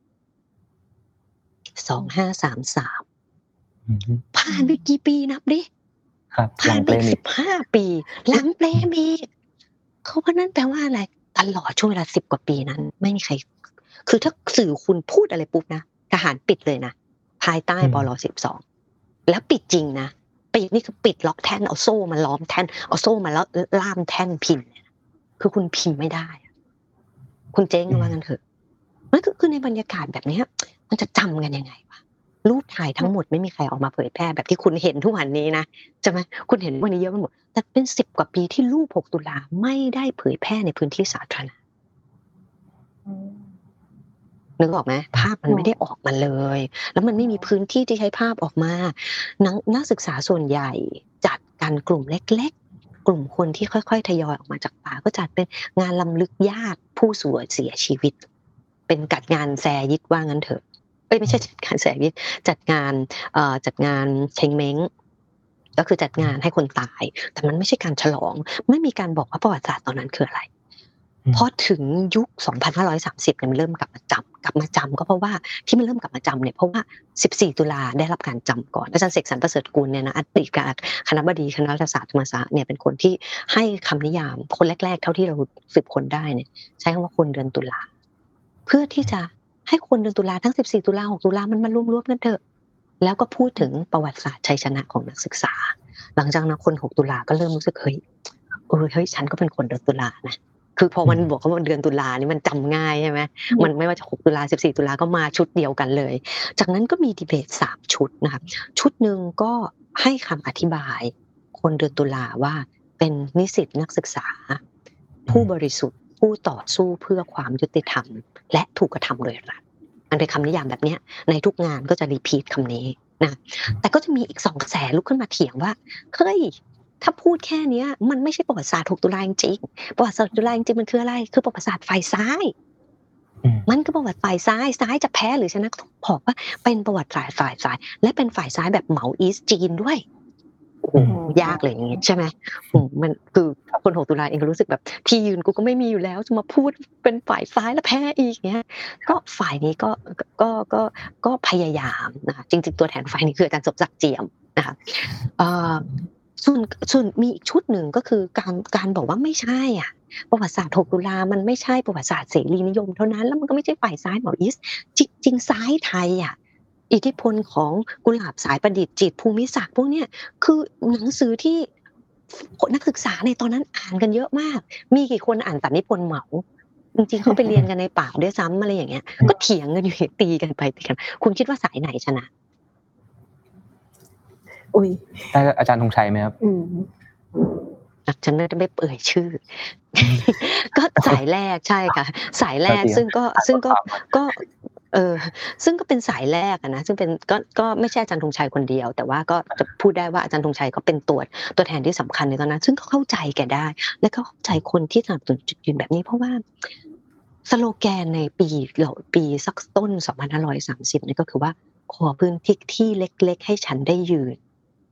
2533ผ่านไปกี่ปีนับดิผ่านไป15ปีหลังเปรมอีกเขาเพราะนั่นแปลว่าอะไรตลอดช่วงเวลา10กว่าปีนั้นไม่มีใครคือถ้าสื่อคุณพูดอะไรปุ๊บนะทหารปิดเลยนะภายใต้ปล12แล้วปิดจริงนะปิดนี่คือปิดล็อกแท่นเอาโซ่มาล้อมแท่นเอาโซ่มาแล้วล่ามแท่นพิมพ์คือคุณพิมพ์ไม่ได้คุณเจ๊งว่างั้นเถอะนั่นคือในบรรยากาศแบบนี้มันจะจำกันยังไงวะรูปถ่ายทั้งหมดไม่มีใครออกมาเผยแพร่แบบที่คุณเห็นทุกวันนี้นะใช่ไหมคุณเห็นวันนี้เยอะหมดแต่เป็น10กว่าปีที่รูป6ตุลาไม่ได้เผยแพร่ในพื้นที่สาธารณะนึกออกไหมภาพมันไม่ได้ออกมาเลยแล้วมันไม่มีพื้นที่ที่ใช้ภาพออกมานักศึกษาส่วนใหญ่จัดกันกลุ่มเล็กๆกลุ่มคนที่ค่อยๆทยอยออกมาจากป่าก็จัดเป็นงานรำลึกญาติผู้สูญเสียชีวิตเป็นจัดงานแซยิดว่างั้นเถอะไม่ใช่จัดการแซยิดจัดงานเชงเม้งก็คือจัดงานให้คนตายแต่มันไม่ใช่การฉลองไม่มีการบอกว่าประวัติศาสตร์ตอนนั้นคืออะไรพอถึงยุค2530เนี่ยมันเริ่มกลับมาจำก็เพราะว่าที่มันเริ่มกลับมาจำเนี่ยเพราะว่า14ตุลาได้รับการจำก่อนอาจารย์เสกสรรประเสริฐกุลเนี่ยนะอดีตคณบดีคณะรัฐศาสตร์ธรรมศาสตร์เนี่ยเป็นคนที่ให้คำนิยามคนแรกๆเท่าที่เราสืบค้นได้เนี่ยใช้คำว่าคนเดือนตุลาเพื่อที่จะให้คนเดือนตุลาทั้ง14ตุลา6ตุลามันมารวมๆกันเถอะแล้วก็พูดถึงประวัติศาสตร์ชัยชนะของนักศึกษาหลังจากนั้นคน6ตุลาก็เริ่มรู้สึกเฮ้ยฉันก็เป็นคนเดือนตุลานะคือพอมันบอกว่าเดือนตุลานี่มันจำง่ายใช่ไหมมันไม่ว่าจะ6ตุลา14ตุลาก็มาชุดเดียวกันเลยจากนั้นก็มีดีเบต3ชุดนะคะชุดนึงก็ให้คำอธิบายคนเดือนตุลาว่าเป็นนิสิตนักศึกษาผู้บริสุทธิ์ผู้ต่อสู้เพื่อความยุติธรรมและถูกกระทำโดยรัฐมันเป็นคำนิยามแบบนี้ในทุกงานก็จะรีพีทคำนี้นะแต่ก็จะมีอีก2กระแสลุกขึ้นมาเถียงว่าเฮ้ยถ้าพูดแค่นี้มันไม่ใช่ประวัติศาสตร์6ตุลาจริงๆประวัติศาสตร์6ตุลาจริงๆมันคืออะไรคือประวัติศาสตร์ฝ่ายซ้ายมันก็ประวัติฝ่ายซ้ายจะแพ้หรือชนะต้องบอกว่าเป็นประวัติฝ่ายซ้ายและเป็นฝ่ายซ้ายแบบเหมาอีสต์จีนด้วยโอ้โหยากเลยอย่างงี้ใช่ไหมมันคือคน6ตุลาเองก็รู้สึกแบบที่ยืนกูก็ไม่มีอยู่แล้วจะมาพูดเป็นฝ่ายซ้ายแล้วแพ้อีกเงี้ยก็ฝ่ายนี้ก็พยายามนะคะจริงๆตัวแทนฝ่ายนี้คืออาจารย์สมศักดิ์เจียมนะคะส่วนมีอีกชุดหนึ่งก็คือการบอกว่าไม่ใช่อ่ะประวัติศาสตร์6ตุลามันไม่ใช่ประวัติศาสตร์เสรีนิยมเท่านั้นแล้วมันก็ไม่ใช่ฝ่ายซ้ายเหมาอีสจริงๆซ้ายไทยอ่ะอิทธิพลของกุหลาบสายประดิษฐ์จิตรภูมิศักดิ์พวกเนี้ยคือหนังสือที่นักศึกษาในตอนนั้นอ่านกันเยอะมากมีกี่คนอ่านสันนิพนธ์เหมาจริงๆเขาไปเรียนกันในป่าด้วยซ้ำอะไรอย่างเงี้ยก็เถียงกันอยู่ตีกันไปตีกันคุณคิดว่าสายไหนชนะอุ้ยได้อาจารย์ธงชัยไหมครับฉันไม่เอ่ยชื่อก็สายแรกใช่ค่ะสายแรกซึ่งก็ซึ่งก็เป็นสายแรกนะซึ่งเป็นก็ไม่ใช่อาจารย์ธงชัยคนเดียวแต่ว่าก็จะพูดได้ว่าอาจารย์ธงชัยก็เป็นตัวแทนที่สำคัญในตอนนั้นซึ่งก็เข้าใจแกได้และก็เข้าใจคนที่สนับสนุนจุดยืนแบบนี้เพราะว่าสโลแกนในปีสักต้น2530นี่ก็คือว่าขอพื้นที่เล็กๆให้ฉันได้ยืน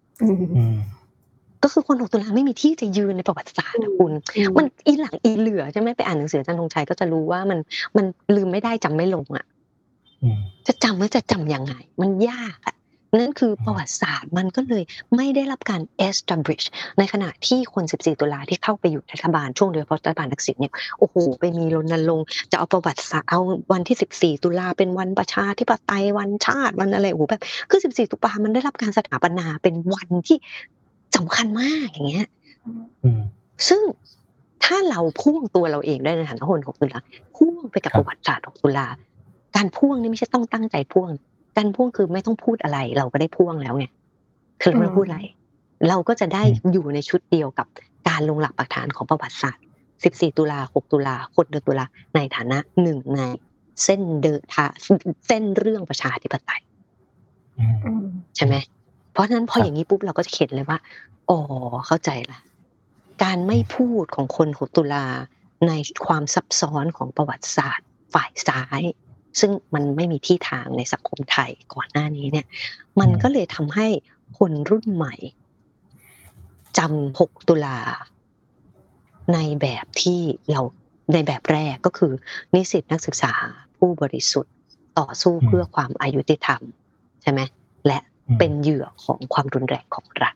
ก็คือคน6ตุลาไม่มีที่จะยืนในประวัติศาสตร์นะคุณมันอีหลังอีเหลือใช่ไหมไปอ่านหนังสืออาจารย์ธงชัยก็จะรู้ว่ามันลืมไม่ได้จำไม่ลงอ่ะจะจำว่าจะจำยังไงมันยากอ่ะนั่นคือประวัติศาสตร์มันก็เลยไม่ได้รับการ establish ในขณะที่คน14ตุลาที่เข้าไปอยู่รัฐบาลช่วงโดยเฉพาะรัฐบาลทักษิณเนี่ยโอ้โหไปมีรณรงค์จะเอาประวัติศาสตร์เอาวันที่14ตุลาเป็นวันประชาธิปไตยวันชาติวันอะไรโอ้โหแบบคือ14ตุลามันได้รับการสถาปนาเป็นวันที่สำคัญมากอย่างเงี้ยซึ่งถ้าเราพ่วงตัวเราเองได้ในฐานะคน6ตุลาพ่วงไปกับประวัติศาสตร์6ตุลาการพ่วงนี่ไม่ใช่ต้องตั้งใจพ่วงการพ่วงคือไม่ต้องพูดอะไรเราก็ได้พ่วงแล้วไงคือเราไม่พูดอะไรเราก็จะได้อยู่ในชุดเดียวกับการลงหลักปักฐานของประวัติศาสตร์14ตุลา6ตุลาคนเดือนตุลาในฐานะหนึ่งในเส้นเรื่องประชาธิปไตยใช่ไหมเพราะฉะนั้นพออย่างนี้ปุ๊บเราก็จะเห็นเลยว่าอ๋อเข้าใจละการไม่พูดของคน6ตุลาในความซับซ้อนของประวัติศาสตร์ฝ่ายซ้ายซึ่งมันไม่มีที่ทางในสังคมไทยก่อนหน้านี้เนี่ยมันก็เลยทำให้คนรุ่นใหม่จำ6ตุลาในแบบที่เราในแบบแรกก็คือนิสิตนักศึกษาผู้บริสุทธิ์ต่อสู้เพื่อความอายุติธรรมใช่ไหมและเป็นเหยื่อของความรุนแรงของรัฐ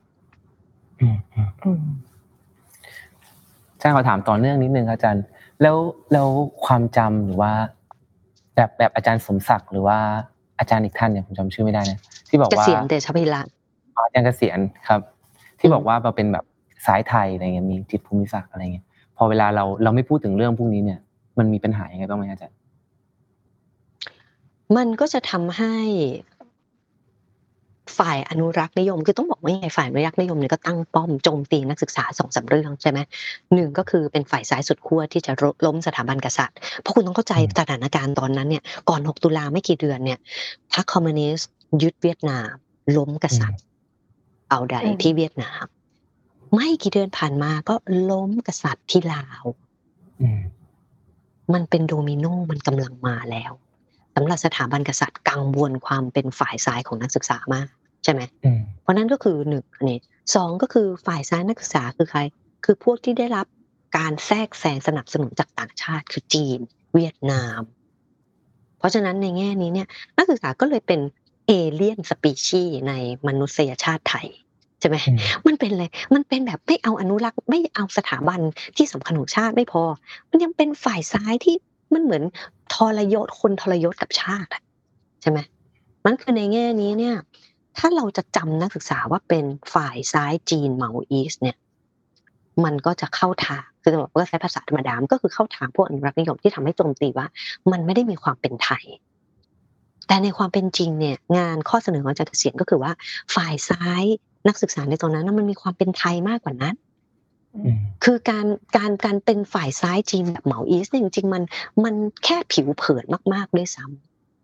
อาจารย์ขอถามต่อเนื่องนิดนึงครับอาจารย์แล้วความจำหรือว่าแบบอาจารย์สมศักดิ์หรือว่าอาจารย์อีกท่านเนี่ยผมจำชื่อไม่ได้นะที่บอกว่าเกษียณเดชพิรัตน์อาจารย์เกษียณครับที่บอกว่าเราเป็นแบบสายไทยอะไรเงี้ยมีจิตรภูมิศักดิ์อะไรเงี้ยพอเวลาเราไม่พูดถึงเรื่องพวกนี้เนี่ยมันมีปัญหายังไงบ้างไหมอาจารย์มันก็จะทำให้ฝ่ายอนุรักษ์นิยมคือต้องบอกว่าไงฝ่ายอนุรักษ์นิยมเนี่ยก็ตั้งป้อมโจมตีนักศึกษา 2-3 เรื่องใช่ไหม1ก็คือเป็นฝ่ายซ้ายสุดขั้วที่จะล้มสถาบันกษัตริย์เพราะคุณต้องเข้าใจสถานการณ์ตอนนั้นเนี่ยก่อน6ตุลาไม่กี่เดือนเนี่ยพรรคคอมมิวนิสต์ยึดเวียดนามล้มกษัตริย์เอาใดที่เวียดนามไม่กี่เดือนผ่านมาก็ล้มกษัตริย์ที่ลาวมันเป็นโดมิโนมันกำลังมาแล้วสำหรับสถาบันกษัตริย์กังวลความเป็นฝ่ายซ้ายของนักศึกษามากใช่ไหมเพราะนั้นก็คือ1อันนี้2ก็คือฝ่ายซ้ายนักศึกษาคือใครคือพวกที่ได้รับการแทรกแซงสนับสนุนจากต่างชาติคือจีนเวียดนามเพราะฉะนั้นในแง่นี้เนี่ยนักศึกษาก็เลยเป็นเอเลี่ยนสปีชีส์ในมนุษยชาติไทยใช่ไหมมันเป็นอะไรมันเป็นแบบไม่เอาอนุรักษ์ไม่เอาสถาบันที่สำคัญของชาติไม่พอมันยังเป็นฝ่ายซ้ายที่มันเหมือนทรยศคนทรยศกับชาติใช่ไหมมันคือในแง่นี้เนี่ยถ้าเราจะจำนักศึกษาว่าเป็นฝ่ายซ้ายจีนเหมาอีสเนี่ยมันก็จะเข้าทางคือจะบอกว่าใช้ภาษาธรรมดาก็คือเข้าทางพวกอนุรักษ์นิยมที่ทำให้โจมตีว่ามันไม่ได้มีความเป็นไทยแต่ในความเป็นจริงเนี่ยงานข้อเสนอของอาจารย์เกษียณก็คือว่าฝ่ายซ้ายนักศึกษาในตอนนั้นมันมีความเป็นไทยมากกว่านั้นคือการเป็นฝ่ายซ้ายจีนแบบเหมาอีสเนี่ยจริงๆมันแค่ผิวเผินมากๆด้วยซ้ำ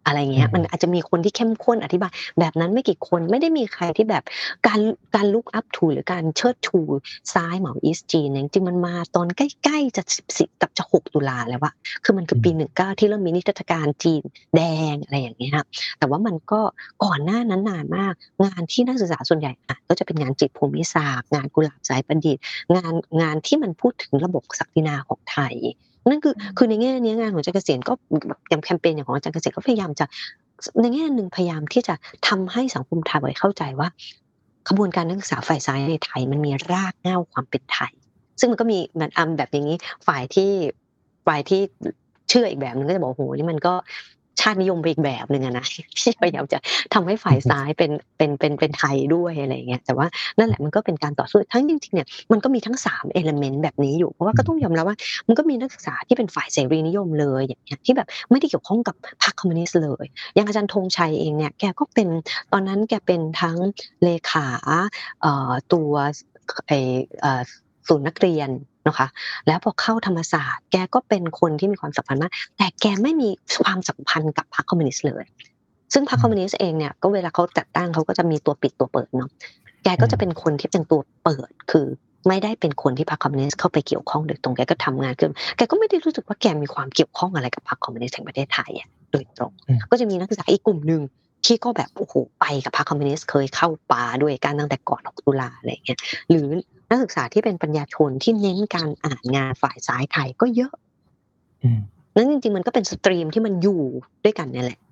อะไรเงี้ยมันอาจจะมีคนที่เข้มข้นอธิบายแบบนั้นไม่กี่คนไม่ได้มีใครที่แบบการลุกอัพทูหรือการเชิดชูซ้ายเหมาอีสจีนจริงๆมันมาตอนใกล้ๆจะ14กับจะ6ตุลาแล้วอะคือมันคือปี19ที่เริ่มมีนิทรรศการจีนแดงอะไรอย่างเงี้ยแต่ว่ามันก็ก่อนหน้านั้นนานมากงานที่นักศึกษาส่วนใหญ่ก็จะเป็นงานจิตภูมิศาสตร์งานกุหลาบสายประดิษฐ์งานที่มันพูดถึงระบบศักดินาของไทยนั่นคือในแง่นี้งานของอาจารย์เกษมก็อย่างแคมเปญอย่างของอาจารย์เกษมก็พยายามจะในแง่นึงพยายามที่จะทำให้สังคมไทยเข้าใจว่าขบวนการนักศึกษาฝ่ายซ้ายในไทยมันมีรากเหง้าความเป็นไทยซึ่งมันก็มีมันแบบอย่างนี้ฝ่ายที่เชื่ออีกแบบนึงก็จะบอกโหนี่มันก็ชาตินิยมไปอีกแบบนึงนะที่พยายามจะทำให้ฝ่ายซ้ายเป็นไทยด้วยอะไรอย่างเงี้ยแต่ว่านั่นแหละมันก็เป็นการต่อสู้ทั้งจริงๆเนี่ยมันก็มีทั้ง3 element แบบนี้อยู่เพราะว่าก็ต้องยอมรับว่ามันก็มีนักศึกษาที่เป็นฝ่ายเสรีนิยมเลยอย่างเงี้ยที่แบบไม่ได้เกี่ยวข้องกับพรรคคอมมิวนิสต์เลยอย่างอาจารย์ธงชัยเองเนี่ยแกก็เป็นตอนนั้นแกเป็นทั้งเลขาตัวศูนย์นักเรียนนะคะแล้วพอเข้าธรรมศาสตร์แกก็เป็นคนที่มีความสัมพันธ์มากแต่แกไม่มีความสัมพันธ์กับพรรคคอมมิวนิสต์เลยซึ่งพรรคคอมมิวนิสต์เองเนี่ยก็เวลาเขาจัดตั้งเขาก็จะมีตัวปิดตัวเปิดเนาะแกก็จะเป็นคนที่เป็นตัวเปิดคือไม่ได้เป็นคนที่พรรคคอมมิวนิสต์เข้าไปเกี่ยวข้องโดยตรงแกก็ทำงานคือแกก็ไม่ได้รู้สึกว่าแกมีความเกี่ยวข้องอะไรกับพรรคคอมมิวนิสต์แห่งประเทศไทยโดยตรงก็จะมีนักศึกษาอีกกลุ่มนึงที่ก็แบบโอ้โหไปกับพรรคคอมมิวนิสต์เคยเข้าป่าด้วยกันตั้งแต่ก่อน6ตุลาอะไรอย่างเงี้ยหรือนักศึกษาที่เป็นปัญญาชนที่เน้นการอ่านงานฝ่ายซ้ายไทยก็เยอะนั้นจริงๆมันก็เป็นสตรีมที่มันอยู่ด้วยกันนี่แหละ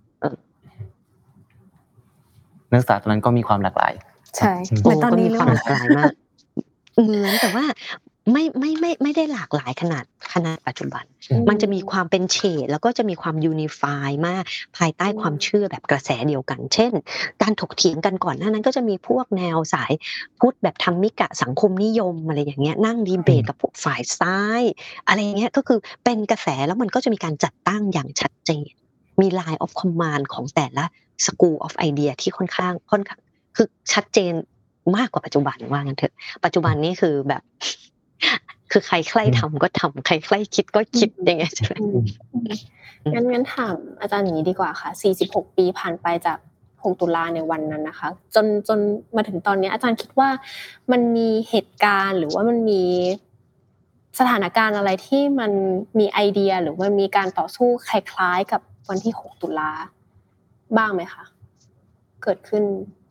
นักศึกษาตอนนั้นก็มีความหลากหลายใช่เหมือนตอนนี้เลยความหลากหลายมากเหมือนแต่ว่าไม่ได้หลากหลายขนาดปัจจุบันมันจะมีความเป็นเฉดแล้วก็จะมีความยูนิฟายมากภายใต้ความเชื่อแบบกระแสเดียวกันเช่นการถกเถียงกันก่อนหน้านั้นก็จะมีพวกแนวสายพุทธแบบธรรมิกะสังคมนิยมอะไรอย่างเงี้ยนั่งดีเบตกับพวกฝ่ายซ้ายอะไรอย่างเงี้ยก็คือเป็นกระแสแล้วมันก็จะมีการจัดตั้งอย่างชัดเจนมี line of command ของแต่ละ school of idea ที่ค่อนข้างคือชัดเจนมากกว่าปัจจุบันว่างั้นเถอะปัจจุบันนี้คือแบบคือใครใคร่ทำก็ทำใครใคร่คิดก็คิดยังไงใช่ไหมงั้นถามอาจารย์อย่างนี้ดีกว่าค่ะ46 ปีผ่านไปจาก6ตุลาในวันนั้นนะคะจนมาถึงตอนนี้อาจารย์คิดว่ามันมีเหตุการณ์หรือว่ามันมีสถานการณ์อะไรที่มันมีไอเดียหรือมันมีการต่อสู้คล้ายๆกับวันที่6ตุลาบ้างไหมคะเกิดขึ้น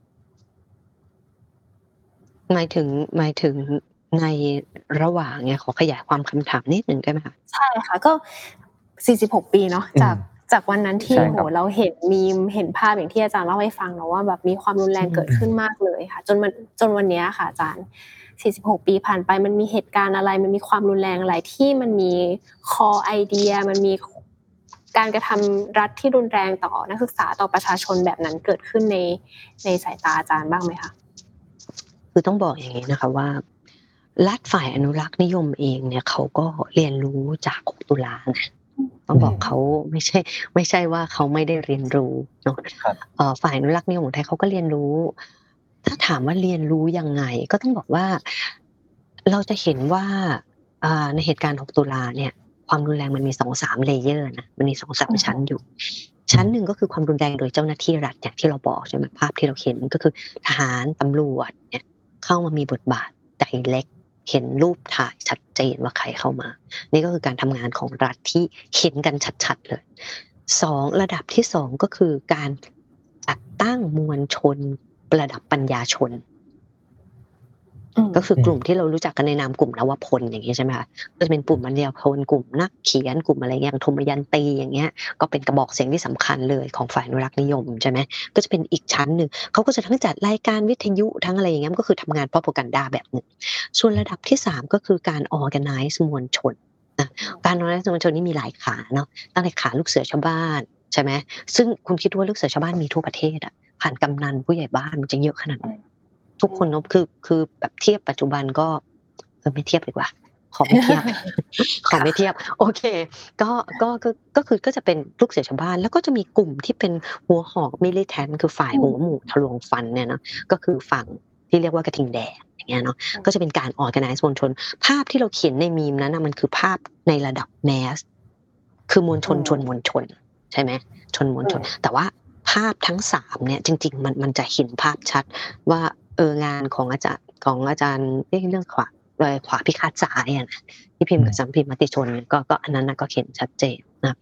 หมายถึงในระหว่างเนี่ยขอขยายความคำถามนิดนึงได้ไหมคะใช่ค่ะก็46 ปีเนาะจากวันนั้นที่โหเราเห็นมีมเห็นภาพอย่างที่อาจารย์เล่าให้ฟังเนาะว่าแบบมีความรุนแรงเกิดขึ้นมากเลยค่ะจนวันนี้ค่ะอาจารย์46 ปีผ่านไปมันมีเหตุการณ์อะไรมันมีความรุนแรงอะไรที่มันมีคอไอเดียมันมีการกระทำรัฐที่รุนแรงต่อนักศึกษาต่อประชาชนแบบนั้นเกิดขึ้นในสายตาอาจารย์บ้างไหมคะคือต้องบอกอย่างนี้นะคะว่ารัฐฝ่ายอนุรักษ์นิยมเองเนี่ยเขาก็เรียนรู้จาก6ตุลานะต้องบอกเขาไม่ใช่ว่าเขาไม่ได้เรียนรู้เนาะฝ่ายอนุรักษ์นิยมของไทยเขาก็เรียนรู้ถ้าถามว่าเรียนรู้ยังไงก็ต้องบอกว่าเราจะเห็นว่าในเหตุการณ์6ตุลาเนี่ยความรุนแรงมันมี 2-3 เลเยอร์นะมันมี 2-3 ชั้นอยู่ชั้นหนึ่งก็คือความรุนแรงโดยเจ้าหน้าที่รัฐอย่างที่เราบอกใช่ไหมภาพที่เราเห็นก็คือทหารตำรวจเนี่ยเข้ามามีบทบาทdirect เห็นรูปถ่ายชัดเจนว่าใครเข้ามานี่ก็คือการทำงานของรัฐที่เห็นกันชัดๆเลย2ระดับที่2ก็คือการจัดตั้งมวลชนระดับปัญญาชนก็คือกลุ่มที่เรารู้จักกันในนามกลุ่มนวพลอย่างเงี้ยใช่ไหมคะก็จะเป็นกลุ่มปัญญาชนกลุ่มนักเขียนกลุ่มอะไรอย่างธมยันตีอย่างเงี้ยก็เป็นกระบอกเสียงที่สำคัญเลยของฝ่ายอนุรักษ์นิยมใช่ไหมก็จะเป็นอีกชั้นหนึ่งเขาก็จะทั้งจัดรายการวิทยุทั้งอะไรอย่างเงี้ยก็คือทำงานpropagandaแบบนึงส่วนระดับที่3ก็คือการ organize มวลชนนะการ organize มวลชนนี่มีหลายขาเนาะตั้งแต่ขาลูกเสือชาวบ้านใช่ไหมซึ่งคุณคิดว่าลูกเสือชาวบ้านมีทั่วประเทศอ่ะผ่านกำนันผู้ใหญ่บ้านมันจะเยอะขนาดไหนทุกคนเนาะคือแบบเทียบปัจจุบันก็ไม่เทียบดีกว่าขอไม่เทียบ โอเคก็คือก็จะเป็นลูกเสือชาวบ้านแล้วก็จะมีกลุ่มที่เป็นหัวหอกมิลิแทนคือฝ่ายหัวหมู่ทะลวงฟันเนี่ยนะก็คือฝั่งที่เรียกว่ากระทิงแดงอย่างเงี้ยเนาะก็จะเป็นการออร์แกไนซ์มวลชนภาพที่เราเขียนในมีมนั้นนะมันคือภาพในระดับแมสคือมวลชนชนมวลชนใใช่ไหมชนมวลชนแต่ว่าภาพทั้ง3เนี่ยจริงๆมันจะเห็นภาพชัดว่างานของอาจารย์เรื่องขวาพิฆาตซ้ายอ่ะนะที่พิมพ์กับสัมพิมพ์มติชนก็อันนั้นก็เห็นชัดเจนนะ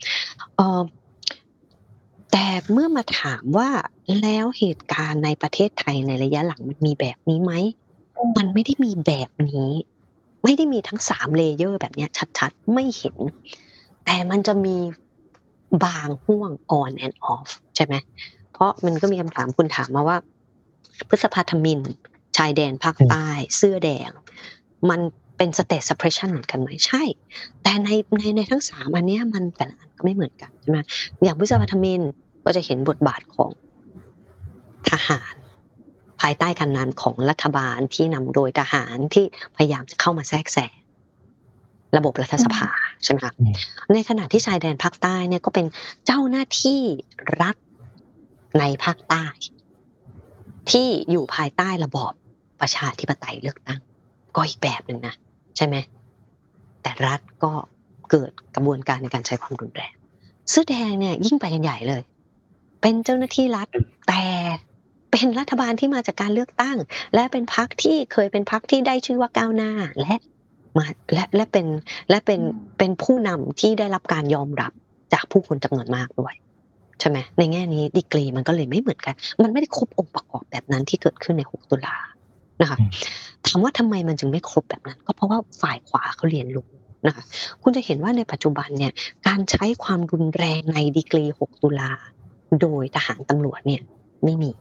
แต่เมื่อมาถามว่าแล้วเหตุการณ์ในประเทศไทยในระยะหลังมันมีแบบนี้ไหมมันไม่ได้มีแบบนี้ไม่ได้มีทั้ง3เลเยอร์แบบนี้ชัดๆไม่เห็นแต่มันจะมีบางห่วง on and off ใช่ไหมเพราะมันก็มีคำถามคุณถามมาว่าพฤษภาธมิฬชายแดนภาคใต้เสื้อแดงมันเป็น state suppression เหมือนกันไหมใช่แต่ในทั้ง3อันเนี้ยมันแต่ละอันก็ไม่เหมือนกันใช่ไหมอย่างพฤษภาธมิฬก็จะเห็นบทบาทของทหารภายใต้การนำของรัฐบาลที่นำโดยทหารที่พยายามจะเข้ามาแทรกแซงระบบรัฐสภาใช่ไหมคะในขณะที่ชายแดนภาคใต้เนี่ยก็เป็นเจ้าหน้าที่รัฐในภาคใต้ที่อยู่ภายใต้ระบอบประชาธิปไตยเลือกตั้งก็อีกแบบนึงนะใช่ไหมแต่รัฐก็เกิดกระบวนการในการใช้ความรุนแรงเสื้อแดงเนี่ยยิ่งไปกันใหญ่เลยเป็นเจ้าหน้าที่รัฐแต่เป็นรัฐบาลที่มาจากการเลือกตั้งและเป็นพรรคที่เคยเป็นพรรคที่ได้ชื่อว่าก้าวหน้าและเป็นผู้นำที่ได้รับการยอมรับจากผู้คนจำนวนมากด้วยใช่ไหมในแง่นี้ดีกรีมันก็เลยไม่เหมือนกันมันไม่ได้ครบองค์ประกอบแบบนั้นที่เกิดขึ้นใน6ตุลานะคะถามว่าทำไมมันจึงไม่ครบแบบนั้นก็เพราะว่าฝ่ายขวาเขาเรียนรู้นะคะคุณจะเห็นว่าในปัจจุบันเนี่ยการใช้ความรุนแรงในดีกรี6ตุลาโดยทหารตำรวจเนี่ยไม่มี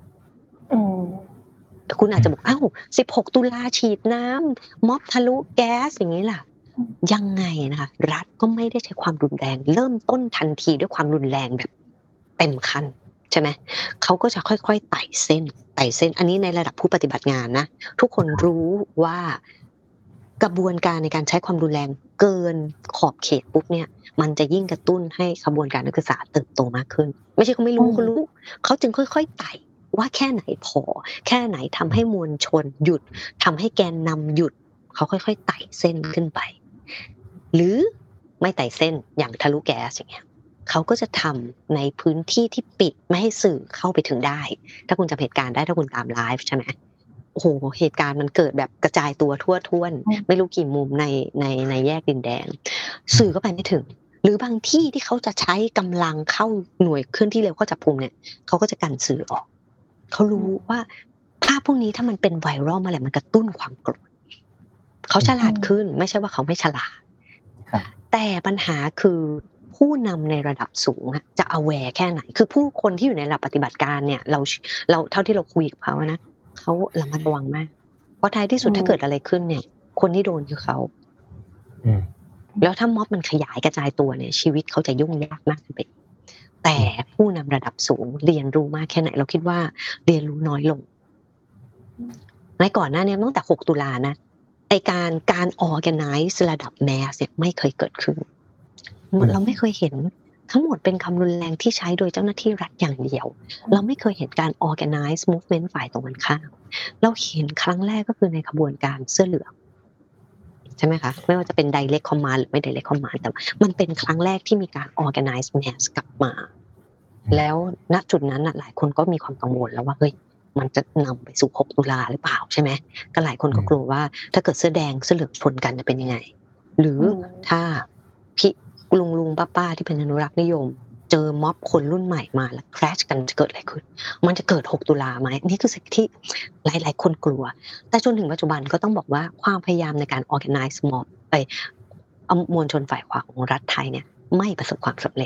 คุณอาจจะบอก16ตุลาฉีดน้ำม็อบทะลุแก๊สอย่างนี้ล่ะยังไงนะคะรัฐก็ไม่ได้ใช้ความรุนแรงเริ่มต้นทันทีด้วยความรุนแรงแบบเต็มขั้นใช่ไหมเขาก็จะค่อยๆไต่เส้นอันนี้ในระดับผู้ปฏิบัติงานนะทุกคนรู้ว่ากระบวนการในการใช้ความรุนแรงเกินขอบเขตปุ๊บเนี่ยมันจะยิ่งกระตุ้นให้กระบวนการนักศึกษาเติบโตมากขึ้นไม่ใช่เขาไม่รู้เขารู้เขาจึงค่อยๆไต่ว่าแค่ไหนพอแค่ไหนทำให้มวลชนหยุดทำให้แกนนำหยุดเขาค่อยๆไต่เส้นขึ้นไปหรือไม่ไต่เส้นอย่างทะลุแก๊สอย่างเงี้ยเขาก็จะทำในพื้นที่ที่ปิดไม่ให้สื่อเข้าไปถึงได้ถ้าคุณจำเหตุการณ์ได้ถ้าคุณตามไลฟ์ใช่ไหมโอ้โหเหตุการณ์มันเกิดแบบกระจายตัวทั่วท้วนไม่รู้กี่มุมในแยกดินแดงสื่อก็ไปไม่ถึงหรือบางที่ที่เขาจะใช้กำลังเข้าหน่วยเคลื่อนที่เร็วเข้าจับกุมเนี่ยเขาก็จะกันสื่อออกเขารู้ว่าภาพพวกนี้ถ้ามันเป็นไวรัลมาแล้วมันกระตุ้นความโกรธเขาฉลาดขึ้นไม่ใช่ว่าเขาไม่ฉลาดแต่ปัญหาคือผู้นำในระดับสูงจะ aware แค่ไหนคือผู้คนที่อยู่ในระดับปฏิบัติการเนี่ยเราเท่าที่เราคุยกับเขานะเขาระมัดระวังมากเพราะท้ายที่สุดถ้าเกิดอะไรขึ้นเนี่ยคนที่โดนคือเขาแล้วถ้าม็อบมันขยายกระจายตัวเนี่ยชีวิตเขาจะยุ่งยากมากขึ้นไปแต่ผู้นำระดับสูงเรียนรู้มากแค่ไหนเราคิดว่าเรียนรู้น้อยลงในก่อนหน้านี้ตั้งแต่6ตุลานะไอการ organize ระดับแมสเนี่ยไม่เคยเกิดขึ้นเราไม่เคยเห็นทั้งหมดเป็นคำรุนแรงที่ใช้โดยเจ้าหน้าที่รัฐอย่างเดียวเราไม่เคยเห็นการ organize movement ฝ่ายตรงกันข้ามเราเห็นครั้งแรกก็คือในขบวนการเสื้อเหลืองใช่ไหมคะไม่ว่าจะเป็น direct command หรือไม่ direct command แต่มันเป็นครั้งแรกที่มีการ organize mass กลับมาแล้วณจุดนั้นหลายคนก็มีความกังวลแล้วว่าเฮ้ยมันจะนำไปสู่6ตุลาหรือเปล่าใช่ไหมก็หลายคนก็กลัวว่าถ้าเกิดเสื้อแดงเสื้อเหลืองชนกันจะเป็นยังไงหรือถ้าลุงป้าที่เป็นอนุรักษ์นิยมเจอม็อบคนรุ่นใหม่มาแล้วแครชกันจะเกิดอะไรขึ้นมันจะเกิด6ตุลาไหมนี่คือสิ่งที่หลายๆคนกลัวแต่จนถึงปัจจุบันก็ต้องบอกว่าความพยายามในการ organize mob มวลชนฝ่ายขวาของรัฐไทยเนี่ยไม่ประสบความสำเร็จ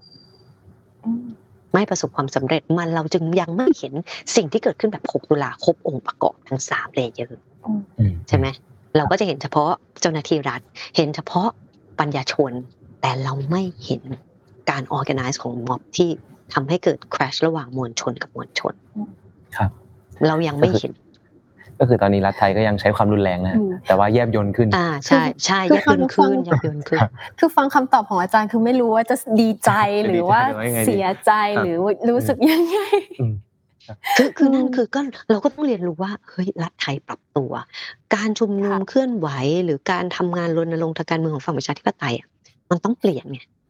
เราจึงยังไม่เห็นสิ่งที่เกิดขึ้นแบบ6ตุลาครบองค์ประกอบทั้ง3เลเยอร์ใช่ไหมเราก็จะเห็นเฉพาะเจ้าหน้าที่รัฐเห็นเฉพาะปัญญาชนแต่เราไม่เห็นการ organize ของม็อบที่ทำให้เกิด crash ระหว่างมวลชนกับมวลชนครับเรายังไม่เห็นก็คือตอนนี้รัฐไทยก็ยังใช้ความรุนแรงนะแต่ว่าแยบยลขึ้นใช่แยบยลขึ้นคือฟังคำตอบของอาจารย์คือไม่รู้ว่าจะดีใจหรือว่าเสียใจหรือรู้สึกยังไงคือนั่นคือก็เราก็ต้องเรียนรู้ว่าเฮ้ยรัฐไทยปรับตัวการชุมนุมเคลื่อนไหวหรือการทำงานรณรงค์ทางการเมืองของฝั่งประชาธิปไตยมันต้องเปลี่ยนไง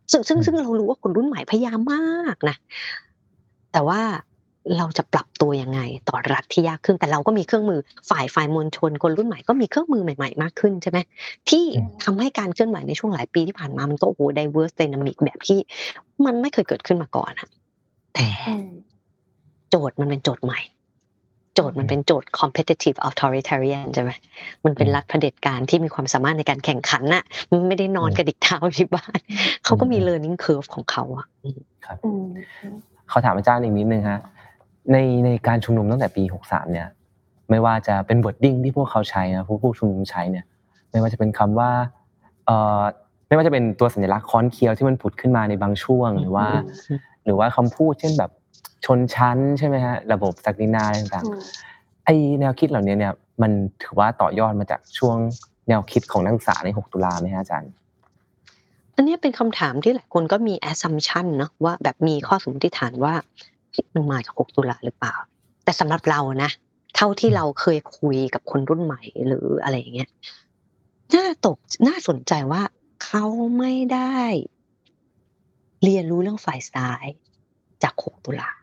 ซึ่งเรารู้ว่าคนรุ่นใหม่พยายามมากนะแต่ว่าเราจะปรับตัวยังไงต่อรัฐที่ยากขึ้นแต่เราก็มีเครื่องมือฝ่ายมวลชนคนรุ่นใหม่ก็มีเครื่องมือใหม่ๆมากขึ้นใช่ไหมที่ทำให้การเคลื่อนไหวในช่วงหลายปีที่ผ่านมามันก็โอ้โห diverse dynamic แบบที่มันไม่เคยเกิดขึ้นมาก่อนอะแต่โจทย์มันเป็นโจทย์ใหม่โจทย์มันเป็นโจทย์ competitive authoritarian ใช่ไหมมันเป็นรัฐเผด็จการที่มีความสามารถในการแข่งขันน่ะมันไม่ได้นอนกระดิกเท้าที่บ้านเขาก็มี learning curve ของเขาอ่ะครับเขาถามอาจารย์อีกนิดนึงฮะในการชุมนุมตั้งแต่ปี63เนี่ยไม่ว่าจะเป็น wording ที่พวกเขาใช้นะผู้ชุมนุมใช้เนี่ยไม่ว่าจะเป็นคำว่าไม่ว่าจะเป็นตัวสัญลักษณ์ค้อนเคี้ยวที่มันผุดขึ้นมาในบางช่วงหรือว่าคำพูดเช่นแบบชนชั้นใช่ไหมฮะระบบศักดินาอะไรต่างๆไอแนวคิดเหล่านี้เนี่ยมันถือว่าต่อยอดมาจากช่วงแนวคิดของนักศึกษาใน6ตุลาไหมฮะอาจารย์อันนี้เป็นคำถามที่หลายคนก็มี assumption เนาะว่าแบบมีข้อสมมติฐานว่ามันมาจาก6ตุลาหรือเปล่าแต่สำหรับเรานะเท่าที่เราเคยคุยกับคนรุ่นใหม่หรืออะไรอย่างเงี้ยน่าสนใจว่าเขาไม่ได้เรียนรู้เรื่องฝ่ายซ้ายจาก6ตุลา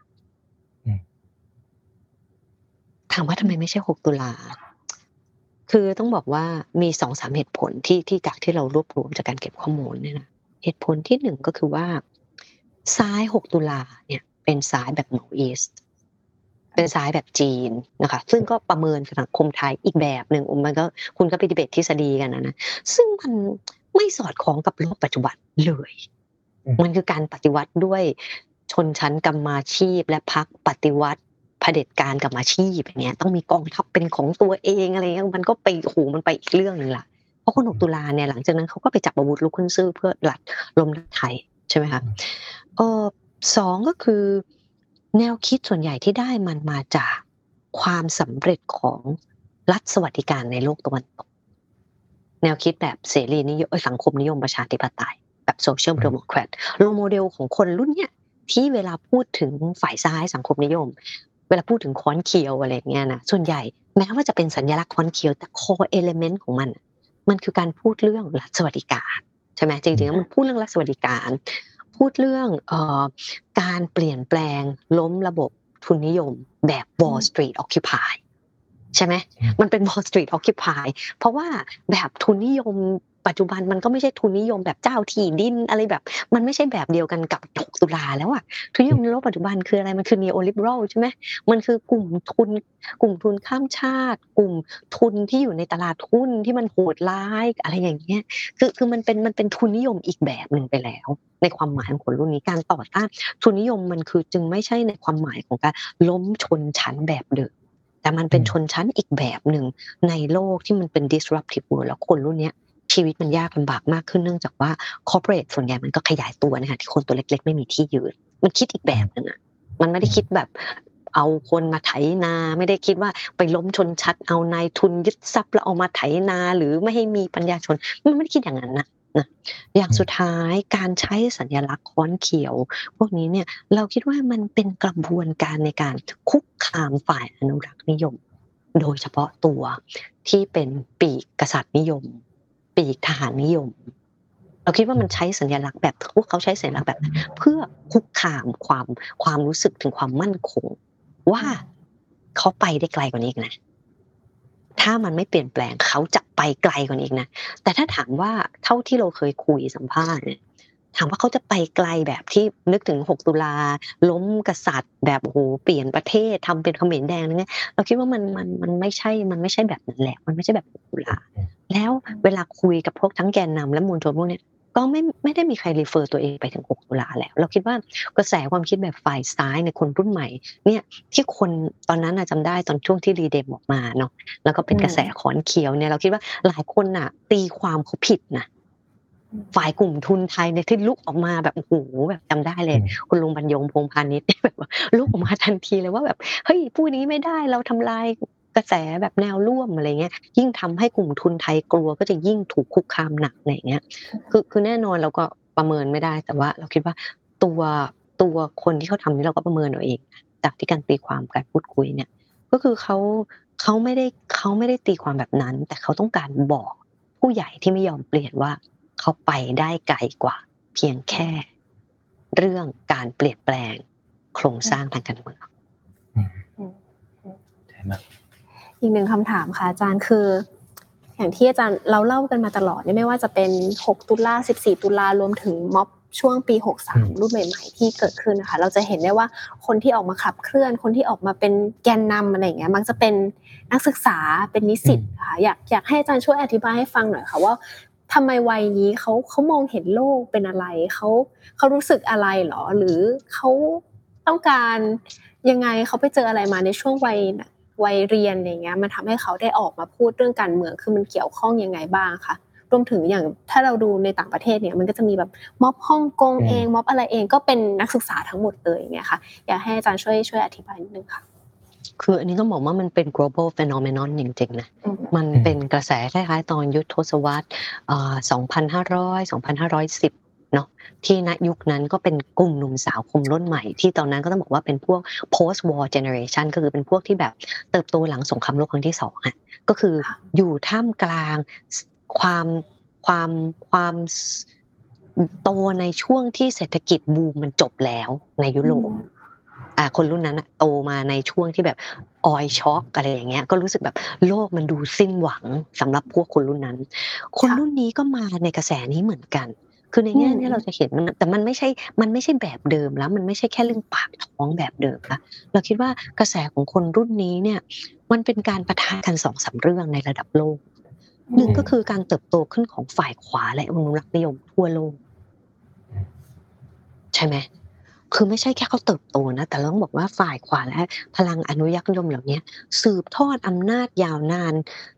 ถามว่าทำไมไม่ใช่6ตุลาคือต้องบอกว่ามี 2-3 เหตุผลที่จากที่เรารวบรวมจากการเก็บข้อมูลเนี่ยนะเหตุผลที่1ก็คือว่าซ้าย6ตุลาเนี่ยเป็นซ้ายแบบ North East เป็นซ้ายแบบจีนนะคะซึ่งก็ประเมินสังคมไทยอีกแบบนึงมันก็คุณก็ไปดิเบตทฤษฎีกันนะซึ่งมันไม่สอดคล้องกับโลกปัจจุบันเลยมันคือการปฏิวัติด้วยชนชั้นกรรมาชีพและพรรคปฏิวัติเผด็จการกรรมาชีพอย่างเงี้ยต้องมีกองทัพเป็นของตัวเองอะไรเงี้ยมันก็ไปมันไปอีกเรื่องนึงล่ะเพราะคน6ตุลาเนี่ยหลังจากนั้นเขาก็ไปจับอาวุธลุกขึ้นสู้เพื่อล้มรัฐไทยใช่ไหมคะ2ก็คือแนวคิดส่วนใหญ่ที่ได้มันมาจากความสำเร็จของรัฐสวัสดิการในโลกตะวันตกแนวคิดแบบเสรีนิยมสังคมนิยมประชาธิปไตยแบบโซเชียลเดโมแครตโรโมเดลของคนรุ่นเนี้ยที่เวลาพูดถึงฝ่ายซ้ายสังคมนิยมเวลาพูดถึงค้อนเคียวอะไรเงี้ยนะส่วนใหญ่แม้ว่าจะเป็นสัญลักษณ์ค้อนเคียวแต่ core element ของมันคือการพูดเรื่องรัฐสวัสดิการใช่ไหมจริงๆแล้วมันพูดเรื่องรัฐสวัสดิการพูดเรื่องการเปลี่ยนแปลงล้มระบบทุนนิยมแบบ Wall Street Occupy ใช่ไหมมันเป็น Wall Street Occupy เพราะว่าแบบทุนนิยมปัจจุบันมันก็ไม่ใช่ทุนนิยมแบบเจ้าที่ดินอะไรแบบมันไม่ใช่แบบเดียวกันกับ6ตุลาแล้วอ่ะทุนนิยมในโลกปัจจุบันคืออะไรมันคือ Neoliberal ใช่ไหมมันคือกลุ่มทุนข้ามชาติกลุ่มทุนที่อยู่ในตลาดหุ้นที่มันโหดร้ายอะไรอย่างเงี้ยคือมันเป็นทุนนิยมอีกแบบนึงไปแล้วในความหมายของคนรุ่นนี้การต่อต้านทุนนิยมมันคือจึงไม่ใช่ในความหมายของการล้มชนชั้นแบบเดิมแต่มันเป็นชนชั้นอีกแบบนึงในโลกที่มันเป็น disruptive world แล้วคนรุ่นเนี้ยชีวิตมันยากลำบากมากขึ้นเนื่องจากว่า corporate ส่วนใหญ่มันก็ขยายตัวนะคะที่คนตัวเล็กๆไม่มีที่ยืนมันคิดอีกแบบนึงอ่ะมันไม่ได้คิดแบบเอาคนมาไถนาไม่ได้คิดว่าไปล้มชนชั้นเอานายทุนยึดทรัพย์แล้วเอามาไถนาหรือไม่ให้มีปัญญาชนมันไม่ได้คิดอย่างนั้นนะอย่างสุดท้ายการใช้สัญลักษณ์ค้อนเขียวพวกนี้เนี่ยเราคิดว่ามันเป็นกระบวนการในการคุกคามฝ่ายอนุรักษ์นิยมโดยเฉพาะตัวที่เป็นปีกกษัตริย์นิยมปีกทหารนิยมเราคิดว่ามันใช้สัญลักษณ์แบบพวกเขาใช้สัญลักษณ์แบบเพื่อคุกคามความรู้สึกถึงความมั่นคงว่าเขาไปได้ไกลกว่านี้อีกนะถ้ามันไม่เปลี่ยนแปลงเขาจะไปไกลกว่านี้อีกนะแต่ถ้าถามว่าเท่าที่เราเคยคุยสัมภาษณ์เนี่ยถามว่าเขาจะไปไกลแบบที่นึกถึง6ตุลาล้มกษัตริย์แบบโอ้โหเปลี่ยนประเทศทำเป็นเขมรแดงอะไรเงี้ยเราคิดว่ามันไม่ใช่แบบนั้นแหละมันไม่ใช่แบบ6ตุลาแล้วเวลาคุยกับพวกทั้งแกนนำและมวลชนพวกนี้ก็ไม่ได้มีใครรีเฟอร์ตัวเองไปถึง6ตุลาแล้วเราคิดว่ากระแสความคิดแบบฝ่ายซ้ายในคนรุ่นใหม่เนี่ยที่คนตอนนั้นจำได้ตอนช่วงที่รีเดมออกมาเนาะแล้วก็เป็นกระแสค้อนเขียวเนี่ยเราคิดว่าหลายคนน่ะตีความเขาผิดนะฝ่ายกลุ่มทุนไทยเนี่ยที่ลุกออกมาแบบโอ้โหแบบจำได้เลยคุณลุงบรรยงพงษ์พาณิชย์แบบลุกออกมาทันทีเลยว่าแบบเฮ้ยพูดนี้ไม่ได้เราทำลายกระแสแบบแนวร่วมอะไรเงี้ยยิ่งทำให้กลุ่มทุนไทยกลัวก็จะยิ่งถูกคุกคามหนักอะไรเงี้ยคือแน่นอนเราก็ประเมินไม่ได้แต่ว่าเราคิดว่าตัวคนที่เขาทำนี่เราก็ประเมินเอาเองจากที่การตีความการพูดคุยเนี่ยก็คือเขาไม่ได้ตีความแบบนั้นแต่เขาต้องการบอกผู้ใหญ่ที่ไม่ยอมเปลี่ยนว่าเขาไปได้ไกลกว่าเพียงแค่เรื่องการเปลี่ยนแปลงโครงสร้างทางการเมืองใช่ไหมอีกหนึ่งคำถามค่ะอาจารย์คืออย่างที่อาจารย์เราเล่ากันมาตลอดไม่ว่าจะเป็น6ตุลา14ตุลารวมถึงม็อบช่วงปี63รุ่นใหม่ๆที่เกิดขึ้นนะคะเราจะเห็นได้ว่าคนที่ออกมาขับเคลื่อนคนที่ออกมาเป็นแกนนำอะไรอย่างเงี้ยมักจะเป็นนักศึกษาเป็นนิสิตค่ะอยากให้อาจารย์ช่วยอธิบายให้ฟังหน่อยค่ะว่าทำไมวัยนี้เขามองเห็นโลกเป็นอะไรเขารู้สึกอะไรหรอหรือเขาต้องการยังไงเขาไปเจออะไรมาในช่วงวัยเรียนอย่างเงี้ยมันทำให้เขาได้ออกมาพูดเรื่องการเมืองคือมันเกี่ยวข้องยังไงบ้างคะรวมถึงอย่างถ้าเราดูในต่างประเทศเนี่ยมันก็จะมีแบบม็อบฮ่องกงเองม็อบอะไรเองก็เป็นนักศึกษาทั้งหมดเลยอย่างเงี้ยค่ะอยากให้อาจารย์ช่วยอธิบายนิดนึงค่ะคืออันนี้ต้องบอกว่ามันเป็น global phenomenon จริงๆนะมันเป็นกระแสคล้ายๆตอนยุคทศวรรษ2,500 2,510เนาะที่ณยุคนั้นก็เป็นกลุ่มหนุ่มสาวกลุ่มรุ่นใหม่ที่ตอนนั้นก็ต้องบอกว่าเป็นพวก post war generation ก็คือเป็นพวกที่แบบเติบโตหลังสงครามโลกครั้งที่2อ่ะก็คืออยู่ท่ามกลางความโตในช่วงที่เศรษฐกิจบูมมันจบแล้วในยุโรปคนรุ่นนั้นโตมาในช่วงที่แบบออยช็อคอะไรอย่างเงี้ยก็รู้สึกแบบโลกมันดูสิ้นหวังสำหรับพวกคนรุ่นนั้นคนรุ่นนี้ก็มาในกระแสนี้เหมือนกันคือในแง่นี้เราจะเห็นแต่มันไม่ใช่แบบเดิมแล้วมันไม่ใช่แค่เรื่องปากท้องแบบเดิมละเราคิดว่ากระแสของคนรุ่นนี้เนี่ยมันเป็นการปะทะกัน 2-3 เรื่องในระดับโลกหนึ่งก็คือการเติบโตขึ้นของฝ่ายขวาและอนุรักษ์นิยมทั่วโลกใช่ไหมคือไม่ใช่แค่เขาเติบโตนะแต่เราต้องบอกว่าฝ่ายขวาและพลังอนุรักษ์นิยมเหล่านี้สืบทอดอำนาจยาวนาน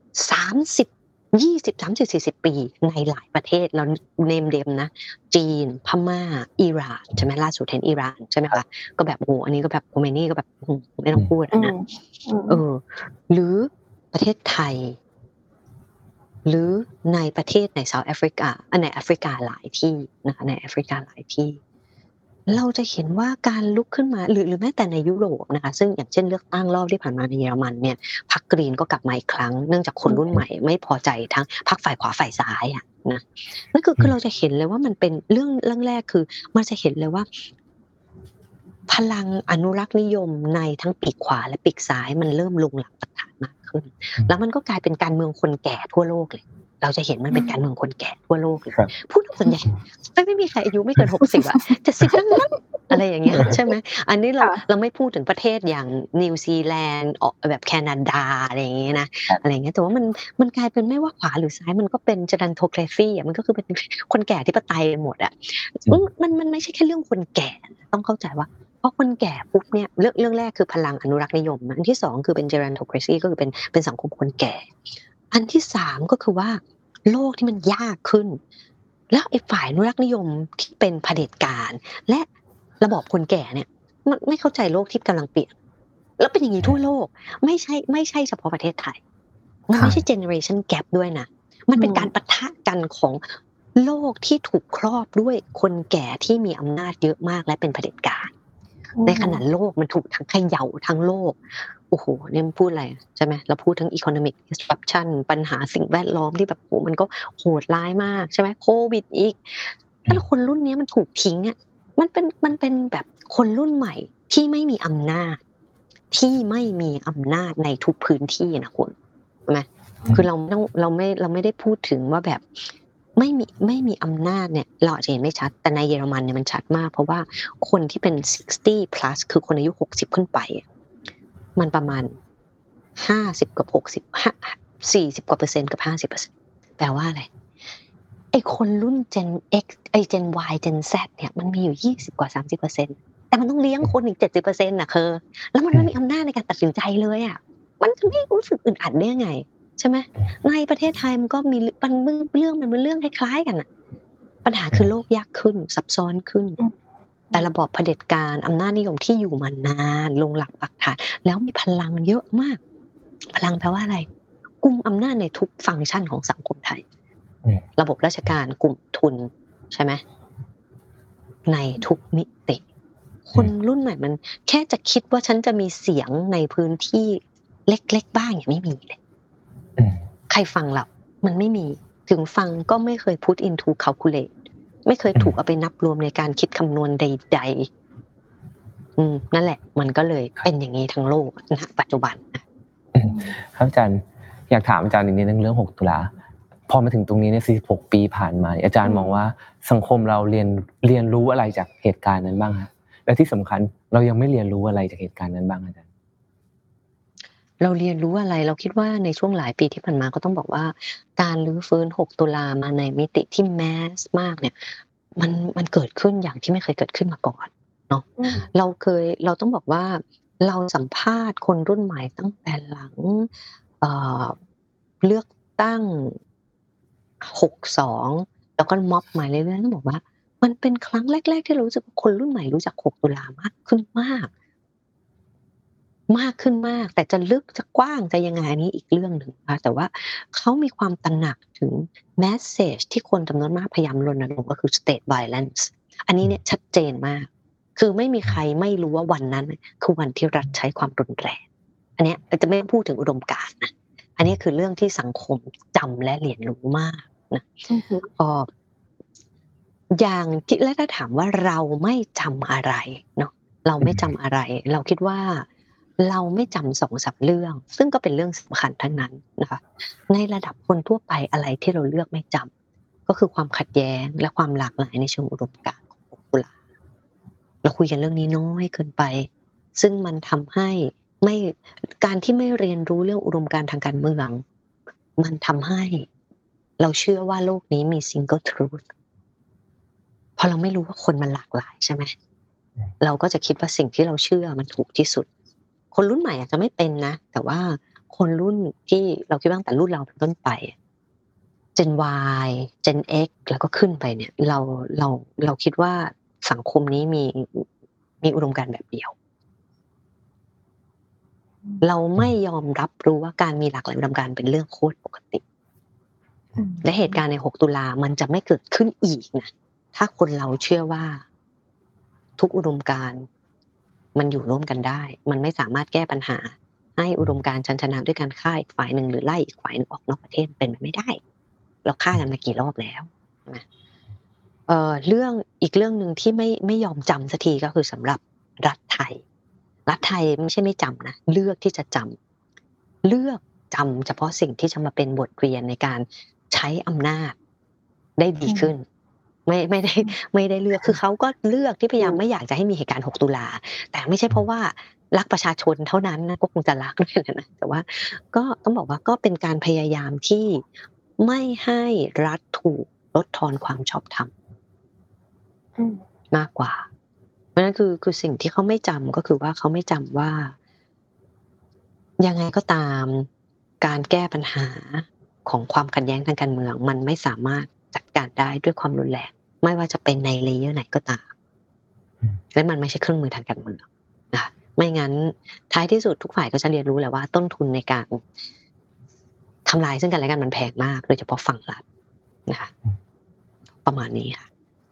30 20 30 40ปีในหลายประเทศเราเนมเดมนะจีนพม่าอิหร่านใช่ไหมล่าสุดเห็นอิหร่านใช่ไหมคะก็แบบโอ้อันนี้ก็แบบโคเมนี่ก็แบบไม่ต้องพูดนะหรือประเทศไทยหรือในประเทศในเซาท์แอฟริกาในแอฟริกาหลายที่นะคะในแอฟริกาหลายที่เราจะเห็นว่าการลุกขึ้นมาหรือแม้แต่ในยุโรปนะคะซึ่งอย่างเช่นเลือกตั้งรอบที่ผ่านมาในเยอรมันเนี่ยพรรคกรีนก็กลับมาอีกครั้งเนื่องจากคนรุ่นใหม่ไม่พอใจทั้งพรรคฝ่ายขวาฝ่ายซ้ายอ่ะนะนั่นคือเราจะเห็นเลยว่ามันเป็นเรื่องแรกคือมันจะเห็นเลยว่าพลังอนุรักษ์นิยมในทั้งปีกขวาและปีกซ้ายมันเริ่มลงหลักปักฐานมากขึ้นแล้วมันก็กลายเป็นการเมืองคนแก่ทั่วโลกเลยเราจะเห็นมันเป็นการเมืองคนแก่ทั่วโลกเลยพูดส่วนใหญ่ไม่มีใครอายุไม่เกิน60อ่ะ70ทั้งนั้นอะไรอย่างเงี้ยใช่ไหมอันนี้เราไม่พูดถึงประเทศอย่างนิวซีแลนด์แบบแคนาดาอะไรอย่างเงี้ยนะอะไรอย่างเงี้ยแต่ว่ามันกลายเป็นไม่ว่าขวาหรือซ้ายมันก็เป็นจันโทแครฟีอ่ะมันก็คือเป็นคนแก่ที่ปไตยหมดอ่ะมันไม่ใช่แค่เรื่องคนแก่ต้องเข้าใจว่าเพราะคนแก่ปุ๊บเนี่ยเรื่องแรกคือพลังอนุรักษ์นิยมอันที่2คือเป็น gerontocracy ก็คือเป็นสังคมคนแก่อันที่3ก็คือว่าโลกที่มันยากขึ้นแล้วไอ้ฝ่ายอนุรักษ์นิยมที่เป็นเผด็จการและระบอบคนแก่เนี่ยมันไม่เข้าใจโลกที่กำลังเปลี่ยนแล้วเป็นอย่างนี้ทั่วโลกไม่ใช่เฉพาะประเทศไทยมันไม่ใช่ generation gap ด้วยนะมันเป็นการปะทะกันของโลกที่ถูกครอบด้วยคนแก่ที่มีอำนาจเยอะมากและเป็นเผด็จการในขณะโลกมันถูกทั้งเขย่าทั้งโลกโอ้โหเนี่ยมันพูดอะไรใช่ไหมเราพูดทั้ง economic disruption ปัญหาสิ่งแวดล้อมที่แบบโหมันก็โหดร้ายมากใช่ไหมโควิดอีกแล้วคนรุ่นนี้มันถูกทิ้งอ่ะมันเป็นแบบคนรุ่นใหม่ที่ไม่มีอำนาจในทุกพื้นที่นะคุณใช่ไหมคือเราไม่ได้พูดถึงว่าแบบไม่มีอำนาจเนี่ยเราอาจจะเห็นไม่ชัดแต่ในเยอรมันเนี่ยมันชัดมากเพราะว่าคนที่เป็น60 plus คือคนอายุ60ขึ้นไปมันประมาณ50กับ60 40กว่า%กับ 50% แปลว่าอะไรไอ้คนรุ่น Gen X ไอ้ Gen Y Gen Z เนี่ยมันมีอยู่20กว่า 30% แต่มันต้องเลี้ยงคนอีก 70% น่ะคือแล้วมันไม่มีอำนาจในการตัดสินใจเลยอ่ะมันจะไม่รู้สึกอึดอัดได้ยังไงใช่ไหมในประเทศไทยมันก็มีมันเป็นเรื่องคล้ายๆกันน่ะปัญหาคือโลกยากขึ้นซับซ้อนขึ้นแต่ระบอบเผด็จการอำนาจนิยมที่อยู่มานานลงหลักปักฐานแล้วมีพลังเยอะมากพลังแปลว่าอะไรกุมอำนาจในทุกฟังก์ชันของสังคมไทยระบบราชการกลุ่มทุนใช่ไหมในทุกมิติคนรุ่นใหม่มันแค่จะคิดว่าฉันจะมีเสียงในพื้นที่เล็กๆบ้างอย่างไม่มีเลยใครฟังเรามันไม่มีถึงฟังก็ไม่เคย put into calculate ไม่เคยถูกเอาไปนับรวมในการคิดคำนวณใดๆนั่นแหละมันก็เลยเป็นอย่างนี้ทั้งโลกณปัจจุบันครับอาจารย์อยากถามอาจารย์อีกนิดนึงเรื่อง6ตุลาพอมาถึงตรงนี้ใน46ปีผ่านมาอาจารย์มองว่าสังคมเราเรียนรู้อะไรจากเหตุการณ์นั้นบ้างฮะและที่สำคัญเรายังไม่เรียนรู้อะไรจากเหตุการณ์นั้นบ้างอาจารย์เราเรียนรู้อะไรเราคิดว่าในช่วงหลายปีที่ผ่านมาก็ต้องบอกว่าการรื้อฟื้น6ตุลามาในมิติที่แมสมากเนี่ยมันเกิดขึ้นอย่างที่ไม่เคยเกิดขึ้นมาก่อนเนาะเราต้องบอกว่าเราสัมภาษณ์คนรุ่นใหม่ตั้งแต่หลังเลือกตั้ง62แล้วก็ม็อบใหม่เรื่อยๆต้องบอกว่ามันเป็นครั้งแรกๆที่เรารู้สึกว่าคนรุ่นใหม่รู้จัก6ตุลามากขึ้นมากขึ้นมากแต่จะลึกจะกว้างจะยังไงอันนี้อีกเรื่องหนึ่งค่ะแต่ว่าเขามีความตระหนักถึงแมสเสจที่คนจำนวนมากพยายามรณรงค์ก็คือ state violence อันนี้เนี่ยชัดเจนมากคือไม่มีใครไม่รู้ว่าวันนั้นคือวันที่รัฐใช้ความรุนแรงอันนี้จะไม่พูดถึงอุดมการณ์นะอันนี้คือเรื่องที่สังคมจำและเรียนรู้มากนะก็อย่างที่แล้วถ้าถามว่าเราไม่จำอะไรเนาะเราไม่จำอะไรเราคิดว่าเราไม่จำ2-3เรื่องซึ่งก็เป็นเรื่องสำคัญทั้งนั้นนะคะในระดับคนทั่วไปอะไรที่เราเลือกไม่จำก็คือความขัดแย้งและความหลากหลายในเชิงอุดมการณ์ของ6ตุลาเราคุยกันเรื่องนี้น้อยเกินไปซึ่งมันทำให้การที่ไม่เรียนรู้เรื่องอุดมการณ์ทางการเมืองมันทำให้เราเชื่อว่าโลกนี้มี single truth พอเราไม่รู้ว่าคนมันหลากหลายใช่ไหมเราก็จะคิดว่าสิ่งที่เราเชื่อมันถูกที่สุดคนรุ่นใหม่อาจจะไม่เป็นนะแต่ว่าคนรุ่นที่เราคิดว่าตั้งแต่รุ่นเราเป็นต้นไป Gen Y Gen X แล้วก็ขึ้นไปเนี่ยเราคิดว่าสังคมนี้มีอุดมการณ์แบบเดียวเราไม่ยอมรับรู้ว่าการมีหลากหลายอุดมการณ์เป็นเรื่องโคตรปกติและเหตุการณ์ใน6ตุลามันจะไม่เกิดขึ้นอีกนะถ้าคนเราเชื่อว่าทุกอุดมการณ์มันอยู่ร่วมกันได้มันไม่สามารถแก้ปัญหาให้อุดมการณ์ชันชนะด้วยการฆ่าอีกฝ่ายนึงหรือไล่อีกฝ่ายนึงออกนอกประเทศเป็นไปไม่ได้เราฆ่ากันมากี่รอบแล้วนะเรื่องอีกเรื่องนึงที่ไม่ยอมจำสักทีก็คือสำหรับรัฐไทยไม่ใช่ไม่จำนะเลือกที่จะจำเลือกจำเฉพาะสิ่งที่จะมาเป็นบทเรียนในการใช้อำนาจได้ดีขึ้นไม่ได้เลือกคือเขาก็เลือกที่พยายามไม่อยากจะให้มีเหตุการณ์6ตุลาแต่ไม่ใช่เพราะว่ารักประชาชนเท่านั้นนะก็คงจะรักด้วยนะแต่ว่าก็ต้องบอกว่าก็เป็นการพยายามที่ไม่ให้รัฐถูกลดทอนความชอบธรรมมากกว่าเพราะนั้นคือสิ่งที่เขาไม่จำก็คือว่าเขาไม่จำว่ายังไงก็ตามการแก้ปัญหาของความขัดแย้งทางการเมืองมันไม่สามารถจัดการได้ด้วยความรุนแรงไม่ว่าจะเป็นในเลเยอร์ไหนก็ตามและมันไม่ใช่เครื่องมือทางการเมืองนะคะไม่งั้นท้ายที่สุดทุกฝ่ายก็จะเรียนรู้แหละว่าต้นทุนในการทำลายซึ่งกันและกันมันแพงมากโดยเฉพาะฝั่งรัฐนะคะประมาณนี้ค่ะ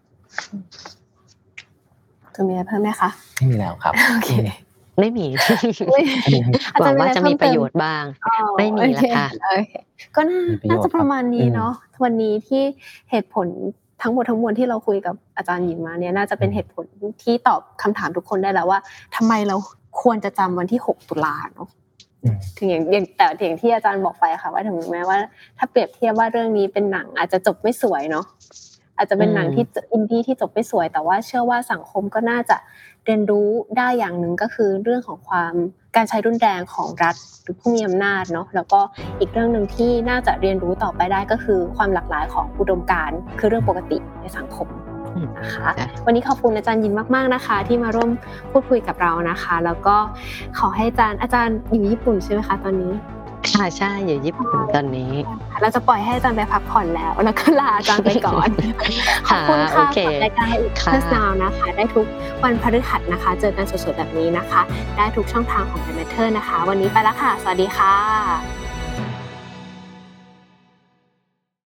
จะมีอะไรเพิ่มไหมคะไม่มีแล้วครับโอเคไม่มีหวังว่าจะมีประโยชน์บ้างไม่มีแล้วค่ะก็น่าจะประมาณนี้เนาะวันนี้ที่เหตุผลทั้งหมดทั้งมวลที่เราคุยกับอาจารย์หญิงมาเนี่ยน่าจะเป็นเหตุผลที่ตอบคำถามทุกคนได้แล้วว่าทำไมเราควรจะจำวันที่6ตุลาเนาะถึงอย่างแต่อย่างที่อาจารย์บอกไปค่ะว่าถึงแม้ว่าถ้าเปรียบเทียบว่าเรื่องนี้เป็นหนังอาจจะจบไม่สวยเนาะอาจจะเป็นหนังที่อินดี้ที่จบไม่สวยแต่ว่าเชื่อว่าสังคมก็น่าจะเรียนรู้ได้อย่างหนึ่งก็คือเรื่องของการใช้รุนแรงของรัฐหรือผู้มีอำนาจเนาะแล้วก็อีกเรื่องนึงที่น่าจะเรียนรู้ต่อไปได้ก็คือความหลากหลายของอุดมการณ์คือเรื่องปกติในสังคมนะคะวันนี้ขอบคุณอาจารย์ยินมากๆนะคะที่มาร่วมพูดคุยกับเรานะคะแล้วก็ขอให้อาจารย์อยู่ญี่ปุ่นใช่ไหมคะตอนนี้ค่ะใช่อยู่ญี่ปุ่นตอนนี้เราจะปล่อยให้อาจารย์ไปพักผ่อนแล้วก็ลาอาจารย์ไปก่อนขอบคุณค่ะรายการMatters Nowนะคะได้ทุกวันพฤหัสนะคะเจอกันสดๆแบบนี้นะคะได้ทุกช่องทางของ The Matter นะคะวันนี้ไปแล้วค่ะสวัสดีค่ะ